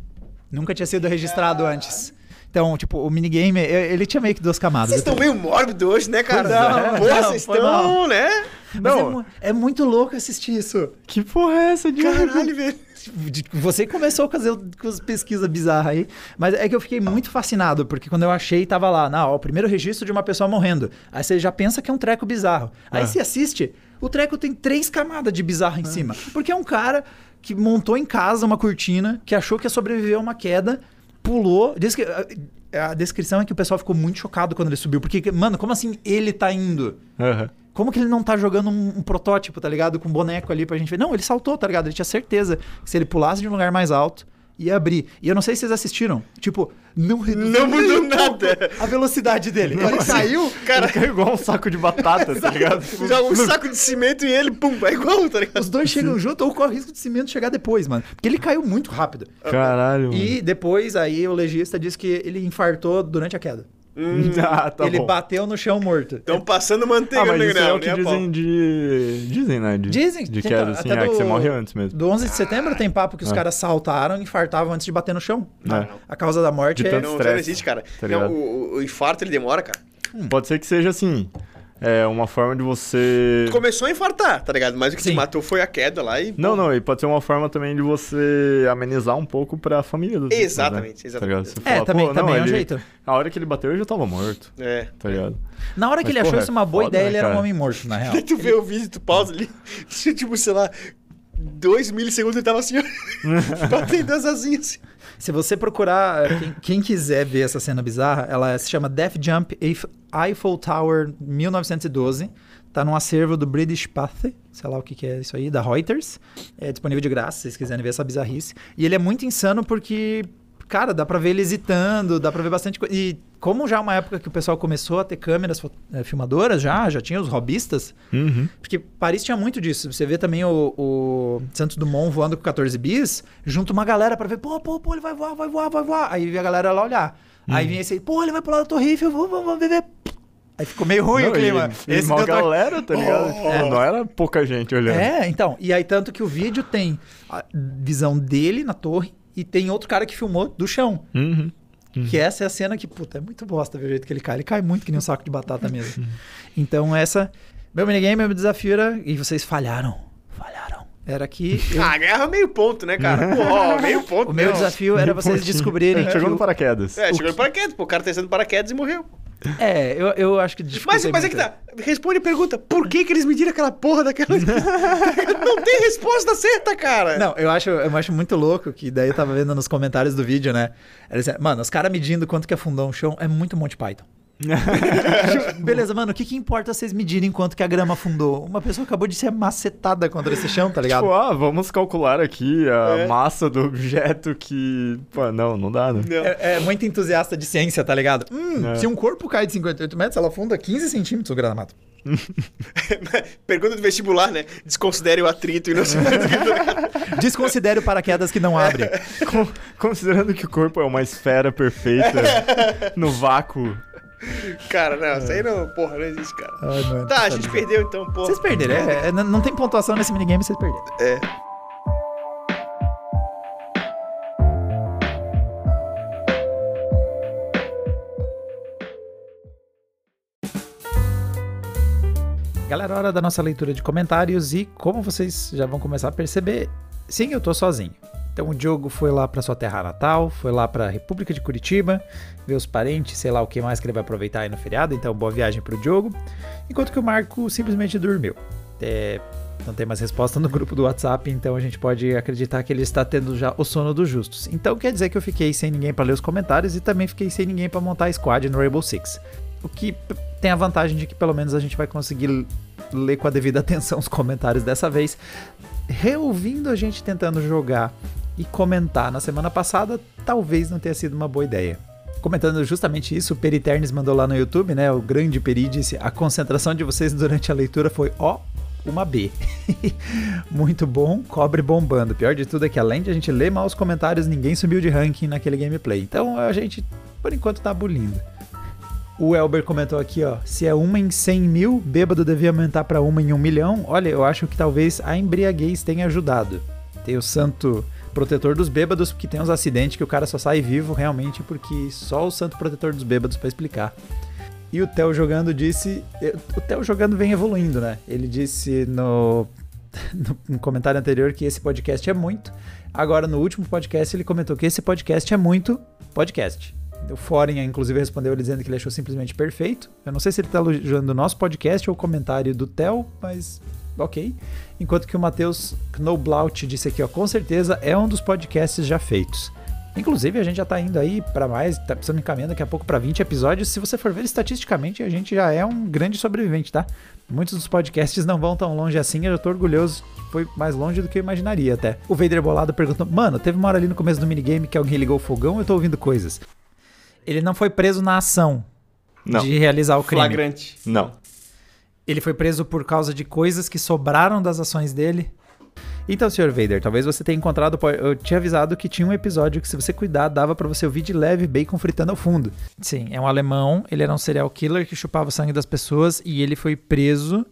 Nunca tinha sido registrado antes. Então, tipo, o minigame, e- ele tinha meio que duas camadas. Vocês estão meio mórbidos hoje, né, cara? Não, Porra, não, vocês foi mal. estão, né? Mas Não. é, mu- é muito louco assistir isso. Que porra é essa, Diego? Caralho, velho. De- Você começou a fazer o- com as pesquisas bizarras aí, mas é que eu fiquei muito fascinado, porque quando eu achei, tava lá, não, ó, o primeiro registro de uma pessoa morrendo. Aí você já pensa que é um treco bizarro. Aí Ah. você assiste, o treco tem três camadas de bizarro em cima. Porque é um cara que montou em casa uma cortina, que achou que ia sobreviver a uma queda, pulou. Diz que, a, a descrição é que o pessoal ficou muito chocado quando ele subiu. Porque, mano, como assim ele tá indo? Aham. Como que ele não tá jogando um, um protótipo, tá ligado? Com um boneco ali pra gente ver. Não, ele saltou, tá ligado? Ele tinha certeza que se ele pulasse de um lugar mais alto, ia abrir. E eu não sei se vocês assistiram. Tipo, não reduziu Não mudou nem um pouco nada. a velocidade dele. Ele saiu, Cara, Ele caiu igual um saco de batata, tá ligado? joga um saco de cimento e ele, pum, é igual, tá ligado? os dois chegam junto ou corre o risco de cimento chegar depois, mano. Porque ele caiu muito rápido. Caralho, mano. E depois, aí, o legista disse que ele infartou durante a queda. Ah, tá ele bom. bateu no chão morto. Estão passando manteiga Ah, mas no isso é negrão, o que né, Paulo? dizem de... Dizem, né? De, Dizem. De tem- queda, assim, até é que do- você morre antes mesmo. Do onze de setembro tem papo que os É. caras saltaram e infartavam antes de bater no chão. É. A causa da morte De é... tanto Não, já estresse, não existe, cara. tá Não, ligado? o, o infarto, ele demora, cara. Pode ser que seja assim, é uma forma de você... Começou a infartar, tá ligado? Mas o que Sim. te matou foi a queda lá e... Não, não, e pode ser uma forma também de você amenizar um pouco pra família dos vítimas, Exatamente, né? exatamente. Tá ligado? Você É, fala, também, pô, também não, é um ele- jeito. A hora que ele bateu, ele já tava morto, É. tá ligado? Na hora que Mas, ele achou porra, isso uma boa foda, ideia, né, ele era um cara? homem morto, na real. Aí tu vê o vídeo, tu pausa ali, tipo, sei lá, dois milissegundos ele tava assim, ó, batendo as asinhas assim. Se você procurar, quem, quem quiser ver essa cena bizarra, ela se chama Death Jump Eiffel Tower mil novecentos e doze. Tá num acervo do British Path, sei lá o que, que é isso aí, da Reuters. É disponível de graça, se vocês quiserem ver essa bizarrice. E ele é muito insano porque, cara, dá pra ver ele hesitando, dá pra ver bastante coisa. E como já é uma época que o pessoal começou a ter câmeras é, filmadoras, já, já tinha os hobbyistas. Uhum. Porque Paris tinha muito disso. Você vê também o, o Santos Dumont voando com quatorze bis, junto uma galera pra ver, pô, pô, pô, ele vai voar, vai voar, vai voar. Aí a galera lá olhar. Uhum. Aí vinha esse aí, pô, ele vai pular da Torre Eiffel, vamos, vamos, vamos ver. Aí ficou meio ruim não, o clima. E, e uma galera, tá ligado? Oh, é, não era pouca gente olhando. É, então. E aí tanto que o vídeo tem a visão dele na torre e tem outro cara que filmou do chão. Uhum. Uhum. Que essa é a cena que, puta, é muito bosta ver o jeito que ele cai. Ele cai muito que nem um saco de batata mesmo. Então essa... Meu minigame, meu desafio era... E vocês falharam. Falharam. Era que... Eu... Ah, ganhava meio ponto, né, cara? Pô, meio ponto. O meu não. desafio era meio vocês pontinho. descobrirem... É, chegou que no o... paraquedas. É, chegou no paraquedas. Pô, o cara testando paraquedas e morreu. É, eu, eu acho que... Mas, mas é que tá. Responde a pergunta. Por que que eles mediram aquela porra daquela... Não tem resposta certa, cara. Não, eu acho, eu acho muito louco que daí eu tava vendo nos comentários do vídeo, né? Eles, mano, os caras medindo quanto que afundou um chão é muito Monty Python. Beleza, mano, o que que importa vocês medirem quanto que a grama afundou? Uma pessoa acabou de ser macetada contra esse chão, tá ligado? Tipo, ah, vamos calcular aqui a É. massa do objeto que... Pô, não, não dá, né? Não. É, é muito entusiasta de ciência, tá ligado? Hum, É. se um corpo cai de cinquenta e oito metros, ela afunda quinze centímetros o granamato. Pergunta do vestibular, né? Desconsidere o atrito e não sei mais. Desconsidere o paraquedas que não abre. Con- Considerando que o corpo é uma esfera perfeita no vácuo. Cara, não, isso aí não, porra, não existe, cara. Ai, mano, Tá, a sabe. gente perdeu então, porra. Vocês perderam, é, é, não tem pontuação nesse minigame, vocês perderam. É. Galera, hora da nossa leitura de comentários e como vocês já vão começar a perceber, sim, eu tô sozinho. Então o Diogo foi lá pra sua terra natal, foi lá pra República de Curitiba, ver os parentes, sei lá o que mais que ele vai aproveitar aí no feriado, então boa viagem pro Diogo. Enquanto que o Marco simplesmente dormiu. É, não tem mais resposta no grupo do WhatsApp, então a gente pode acreditar que ele está tendo já o sono dos justos. Então quer dizer que eu fiquei sem ninguém pra ler os comentários e também fiquei sem ninguém pra montar a squad no Rainbow Six. O que tem a vantagem de que pelo menos a gente vai conseguir ler com a devida atenção os comentários dessa vez. Reouvindo a gente tentando jogar e comentar na semana passada, talvez não tenha sido uma boa ideia. Comentando justamente isso, o Periternes mandou lá no YouTube, né? O grande Peri disse: a concentração de vocês durante a leitura foi ó, uma B. Muito bom, cobre bombando. Pior de tudo é que além de a gente ler mal os comentários, ninguém subiu de ranking naquele gameplay. Então a gente, por enquanto, tá bulindo. O Elber comentou aqui, ó, se é uma em cem mil, bêbado devia aumentar pra uma em um milhão. Olha, eu acho que talvez a embriaguez tenha ajudado. Tem o santo protetor dos bêbados, porque tem uns acidentes que o cara só sai vivo realmente porque só o santo protetor dos bêbados pra explicar. E o Theo jogando disse... O Theo jogando vem evoluindo, né? Ele disse no, no comentário anterior que esse podcast é muito. Agora, no último podcast, ele comentou que esse podcast é muito podcast. O Foren, inclusive, respondeu ele dizendo que ele achou simplesmente perfeito. Eu não sei se ele está elogiando o nosso podcast ou o comentário do Theo, mas ok. Enquanto que o Matheus Knoblaut disse aqui, ó, com certeza é um dos podcasts já feitos. Inclusive, a gente já tá indo aí para mais, tá precisando encaminhando daqui a pouco para vinte episódios. Se você for ver estatisticamente, a gente já é um grande sobrevivente, tá? Muitos dos podcasts não vão tão longe assim, eu já tô orgulhoso. Foi mais longe do que eu imaginaria até. O Vader Bolado perguntou, mano, teve uma hora ali no começo do minigame que alguém ligou o fogão, eu tô ouvindo coisas. Ele não foi preso na ação Não. de realizar o crime. Flagrante. Não. Ele foi preso por causa de coisas que sobraram das ações dele. Então, senhor Vader, talvez você tenha encontrado... Eu tinha avisado que tinha um episódio que, se você cuidar, dava pra você ouvir de leve bacon fritando ao fundo. Sim, é um alemão. Ele era um serial killer que chupava o sangue das pessoas e ele foi preso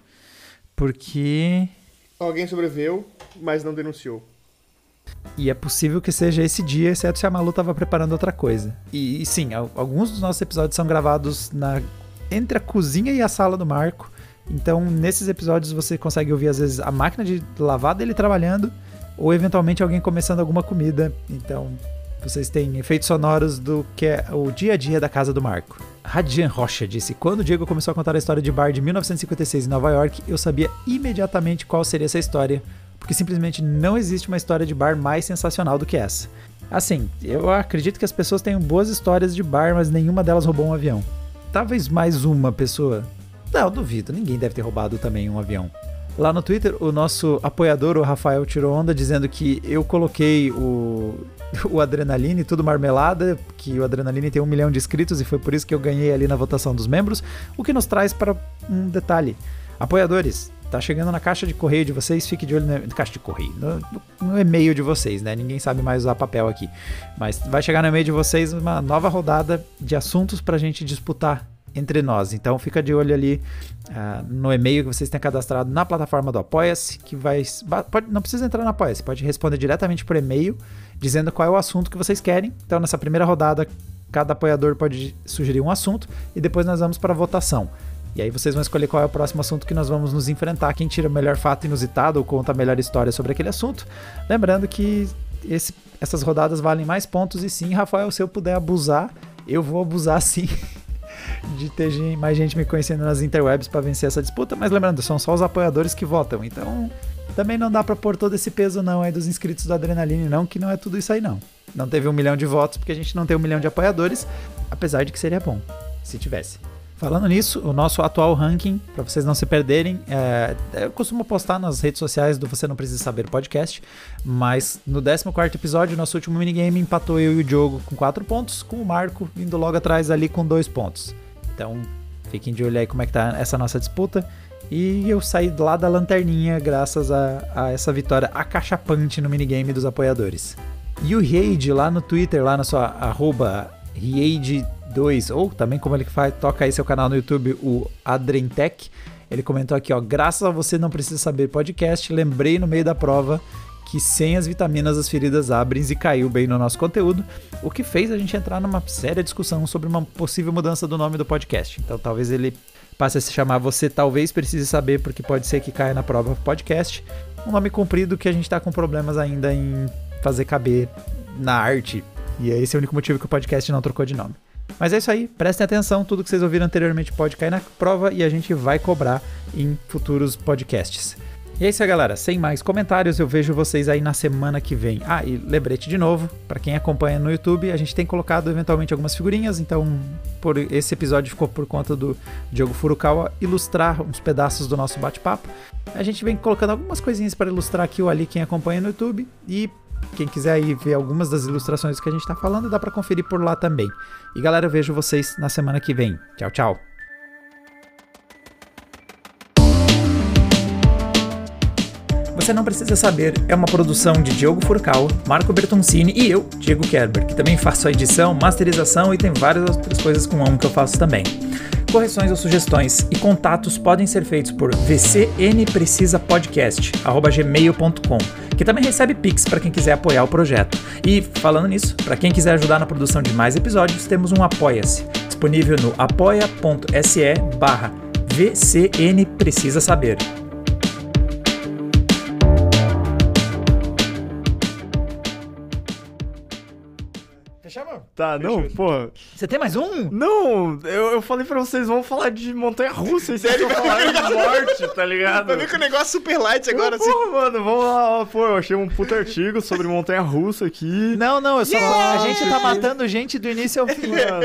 porque... Alguém sobreviveu, mas não denunciou. E é possível que seja esse dia, exceto se a Malu tava preparando outra coisa. E, e sim, alguns dos nossos episódios são gravados na, entre a cozinha e a sala do Marco. Então, nesses episódios você consegue ouvir, às vezes, a máquina de lavar dele trabalhando ou, eventualmente, alguém começando alguma comida. Então, vocês têm efeitos sonoros do que é o dia a dia da casa do Marco. Radian Rocha disse, quando o Diego começou a contar a história de bar de mil novecentos e cinquenta e seis em Nova York, eu sabia imediatamente qual seria essa história, porque simplesmente não existe uma história de bar mais sensacional do que essa. Assim, eu acredito que as pessoas tenham boas histórias de bar, mas nenhuma delas roubou um avião. Talvez mais uma pessoa. Não, duvido, ninguém deve ter roubado também um avião. Lá no Twitter, o nosso apoiador, o Rafael, tirou onda dizendo que eu coloquei o, o Adrenaline, tudo marmelada, que o Adrenaline tem um milhão de inscritos e foi por isso que eu ganhei ali na votação dos membros, o que nos traz para um detalhe. Apoiadores, tá chegando na caixa de correio de vocês, fique de olho na caixa de correio, no, no e-mail de vocês, né? Ninguém sabe mais usar papel aqui. Mas vai chegar no e-mail de vocês uma nova rodada de assuntos pra gente disputar entre nós. Então fica de olho ali uh, no e-mail que vocês têm cadastrado na plataforma do Apoia-se, que vai... Pode, não precisa entrar no Apoia-se, pode responder diretamente por e-mail, dizendo qual é o assunto que vocês querem. Então nessa primeira rodada, cada apoiador pode sugerir um assunto e depois nós vamos para a votação. E aí vocês vão escolher qual é o próximo assunto que nós vamos nos enfrentar. Quem tira o melhor fato inusitado ou conta a melhor história sobre aquele assunto. Lembrando que esse, essas rodadas valem mais pontos e sim, Rafael, se eu puder abusar, eu vou abusar sim de ter mais gente me conhecendo nas interwebs para vencer essa disputa. Mas lembrando, são só os apoiadores que votam. Então também não dá para pôr todo esse peso não aí dos inscritos do Adrenaline não, que não é tudo isso aí não. Não teve um milhão de votos porque a gente não tem um milhão de apoiadores, apesar de que seria bom se tivesse. Falando nisso, o nosso atual ranking, para vocês não se perderem, é, eu costumo postar nas redes sociais do Você Não Precisa Saber podcast, mas no décimo quarto episódio, nosso último minigame, empatou eu e o Diogo com quatro pontos, com o Marco vindo logo atrás ali com dois pontos. Então, fiquem de olho aí como é que tá essa nossa disputa. E eu saí lá da lanterninha graças a, a essa vitória acachapante no minigame dos apoiadores. E o Reid lá no Twitter, lá na sua arroba Reid dois, ou também como ele faz, toca aí seu canal no YouTube, o Adrentech, ele comentou aqui, ó, graças a Você Não Precisa Saber podcast, lembrei no meio da prova que sem as vitaminas as feridas abrem e caiu bem no nosso conteúdo, o que fez a gente entrar numa séria discussão sobre uma possível mudança do nome do podcast. Então talvez ele passe a se chamar Você Talvez Precise Saber, porque pode ser que caia na prova podcast, um nome comprido que a gente tá com problemas ainda em fazer caber na arte, e esse é o único motivo que o podcast não trocou de nome. Mas é isso aí, prestem atenção, tudo que vocês ouviram anteriormente pode cair na prova e a gente vai cobrar em futuros podcasts. E é isso aí, galera, sem mais comentários, eu vejo vocês aí na semana que vem. Ah, e lembrete de novo, para quem acompanha no YouTube, a gente tem colocado eventualmente algumas figurinhas, então por esse episódio ficou por conta do Diogo Furukawa ilustrar uns pedaços do nosso bate-papo. A gente vem colocando algumas coisinhas para ilustrar aqui ou ali quem acompanha no YouTube e... quem quiser aí ver algumas das ilustrações que a gente tá falando, dá pra conferir por lá também. E galera, eu vejo vocês na semana que vem. Tchau, tchau. Você Não Precisa Saber é uma produção de Diogo Furukawa, Marco Bertoncini e eu, Diego Kerber, que também faço a edição, masterização e tem várias outras coisas com amo que eu faço também. Correções ou sugestões e contatos podem ser feitos por v c n precisa podcast arroba gmail ponto com, que também recebe Pix para quem quiser apoiar o projeto. E, falando nisso, para quem quiser ajudar na produção de mais episódios, temos um Apoia-se, disponível no apoia.se barra VCN Precisa Saber. Fechamos? Tá, não, porra. Você tem mais um? Não, eu, eu falei pra vocês, vamos falar de montanha-russa, e vocês estão falando de morte, tá ligado? Vai ver que o negócio é super light agora, Pô, assim. Porra, mano, vamos lá, pô, eu achei um puta artigo sobre montanha-russa aqui. Não, não, eu só Yeah! a gente tá matando gente do início ao fim. Mano,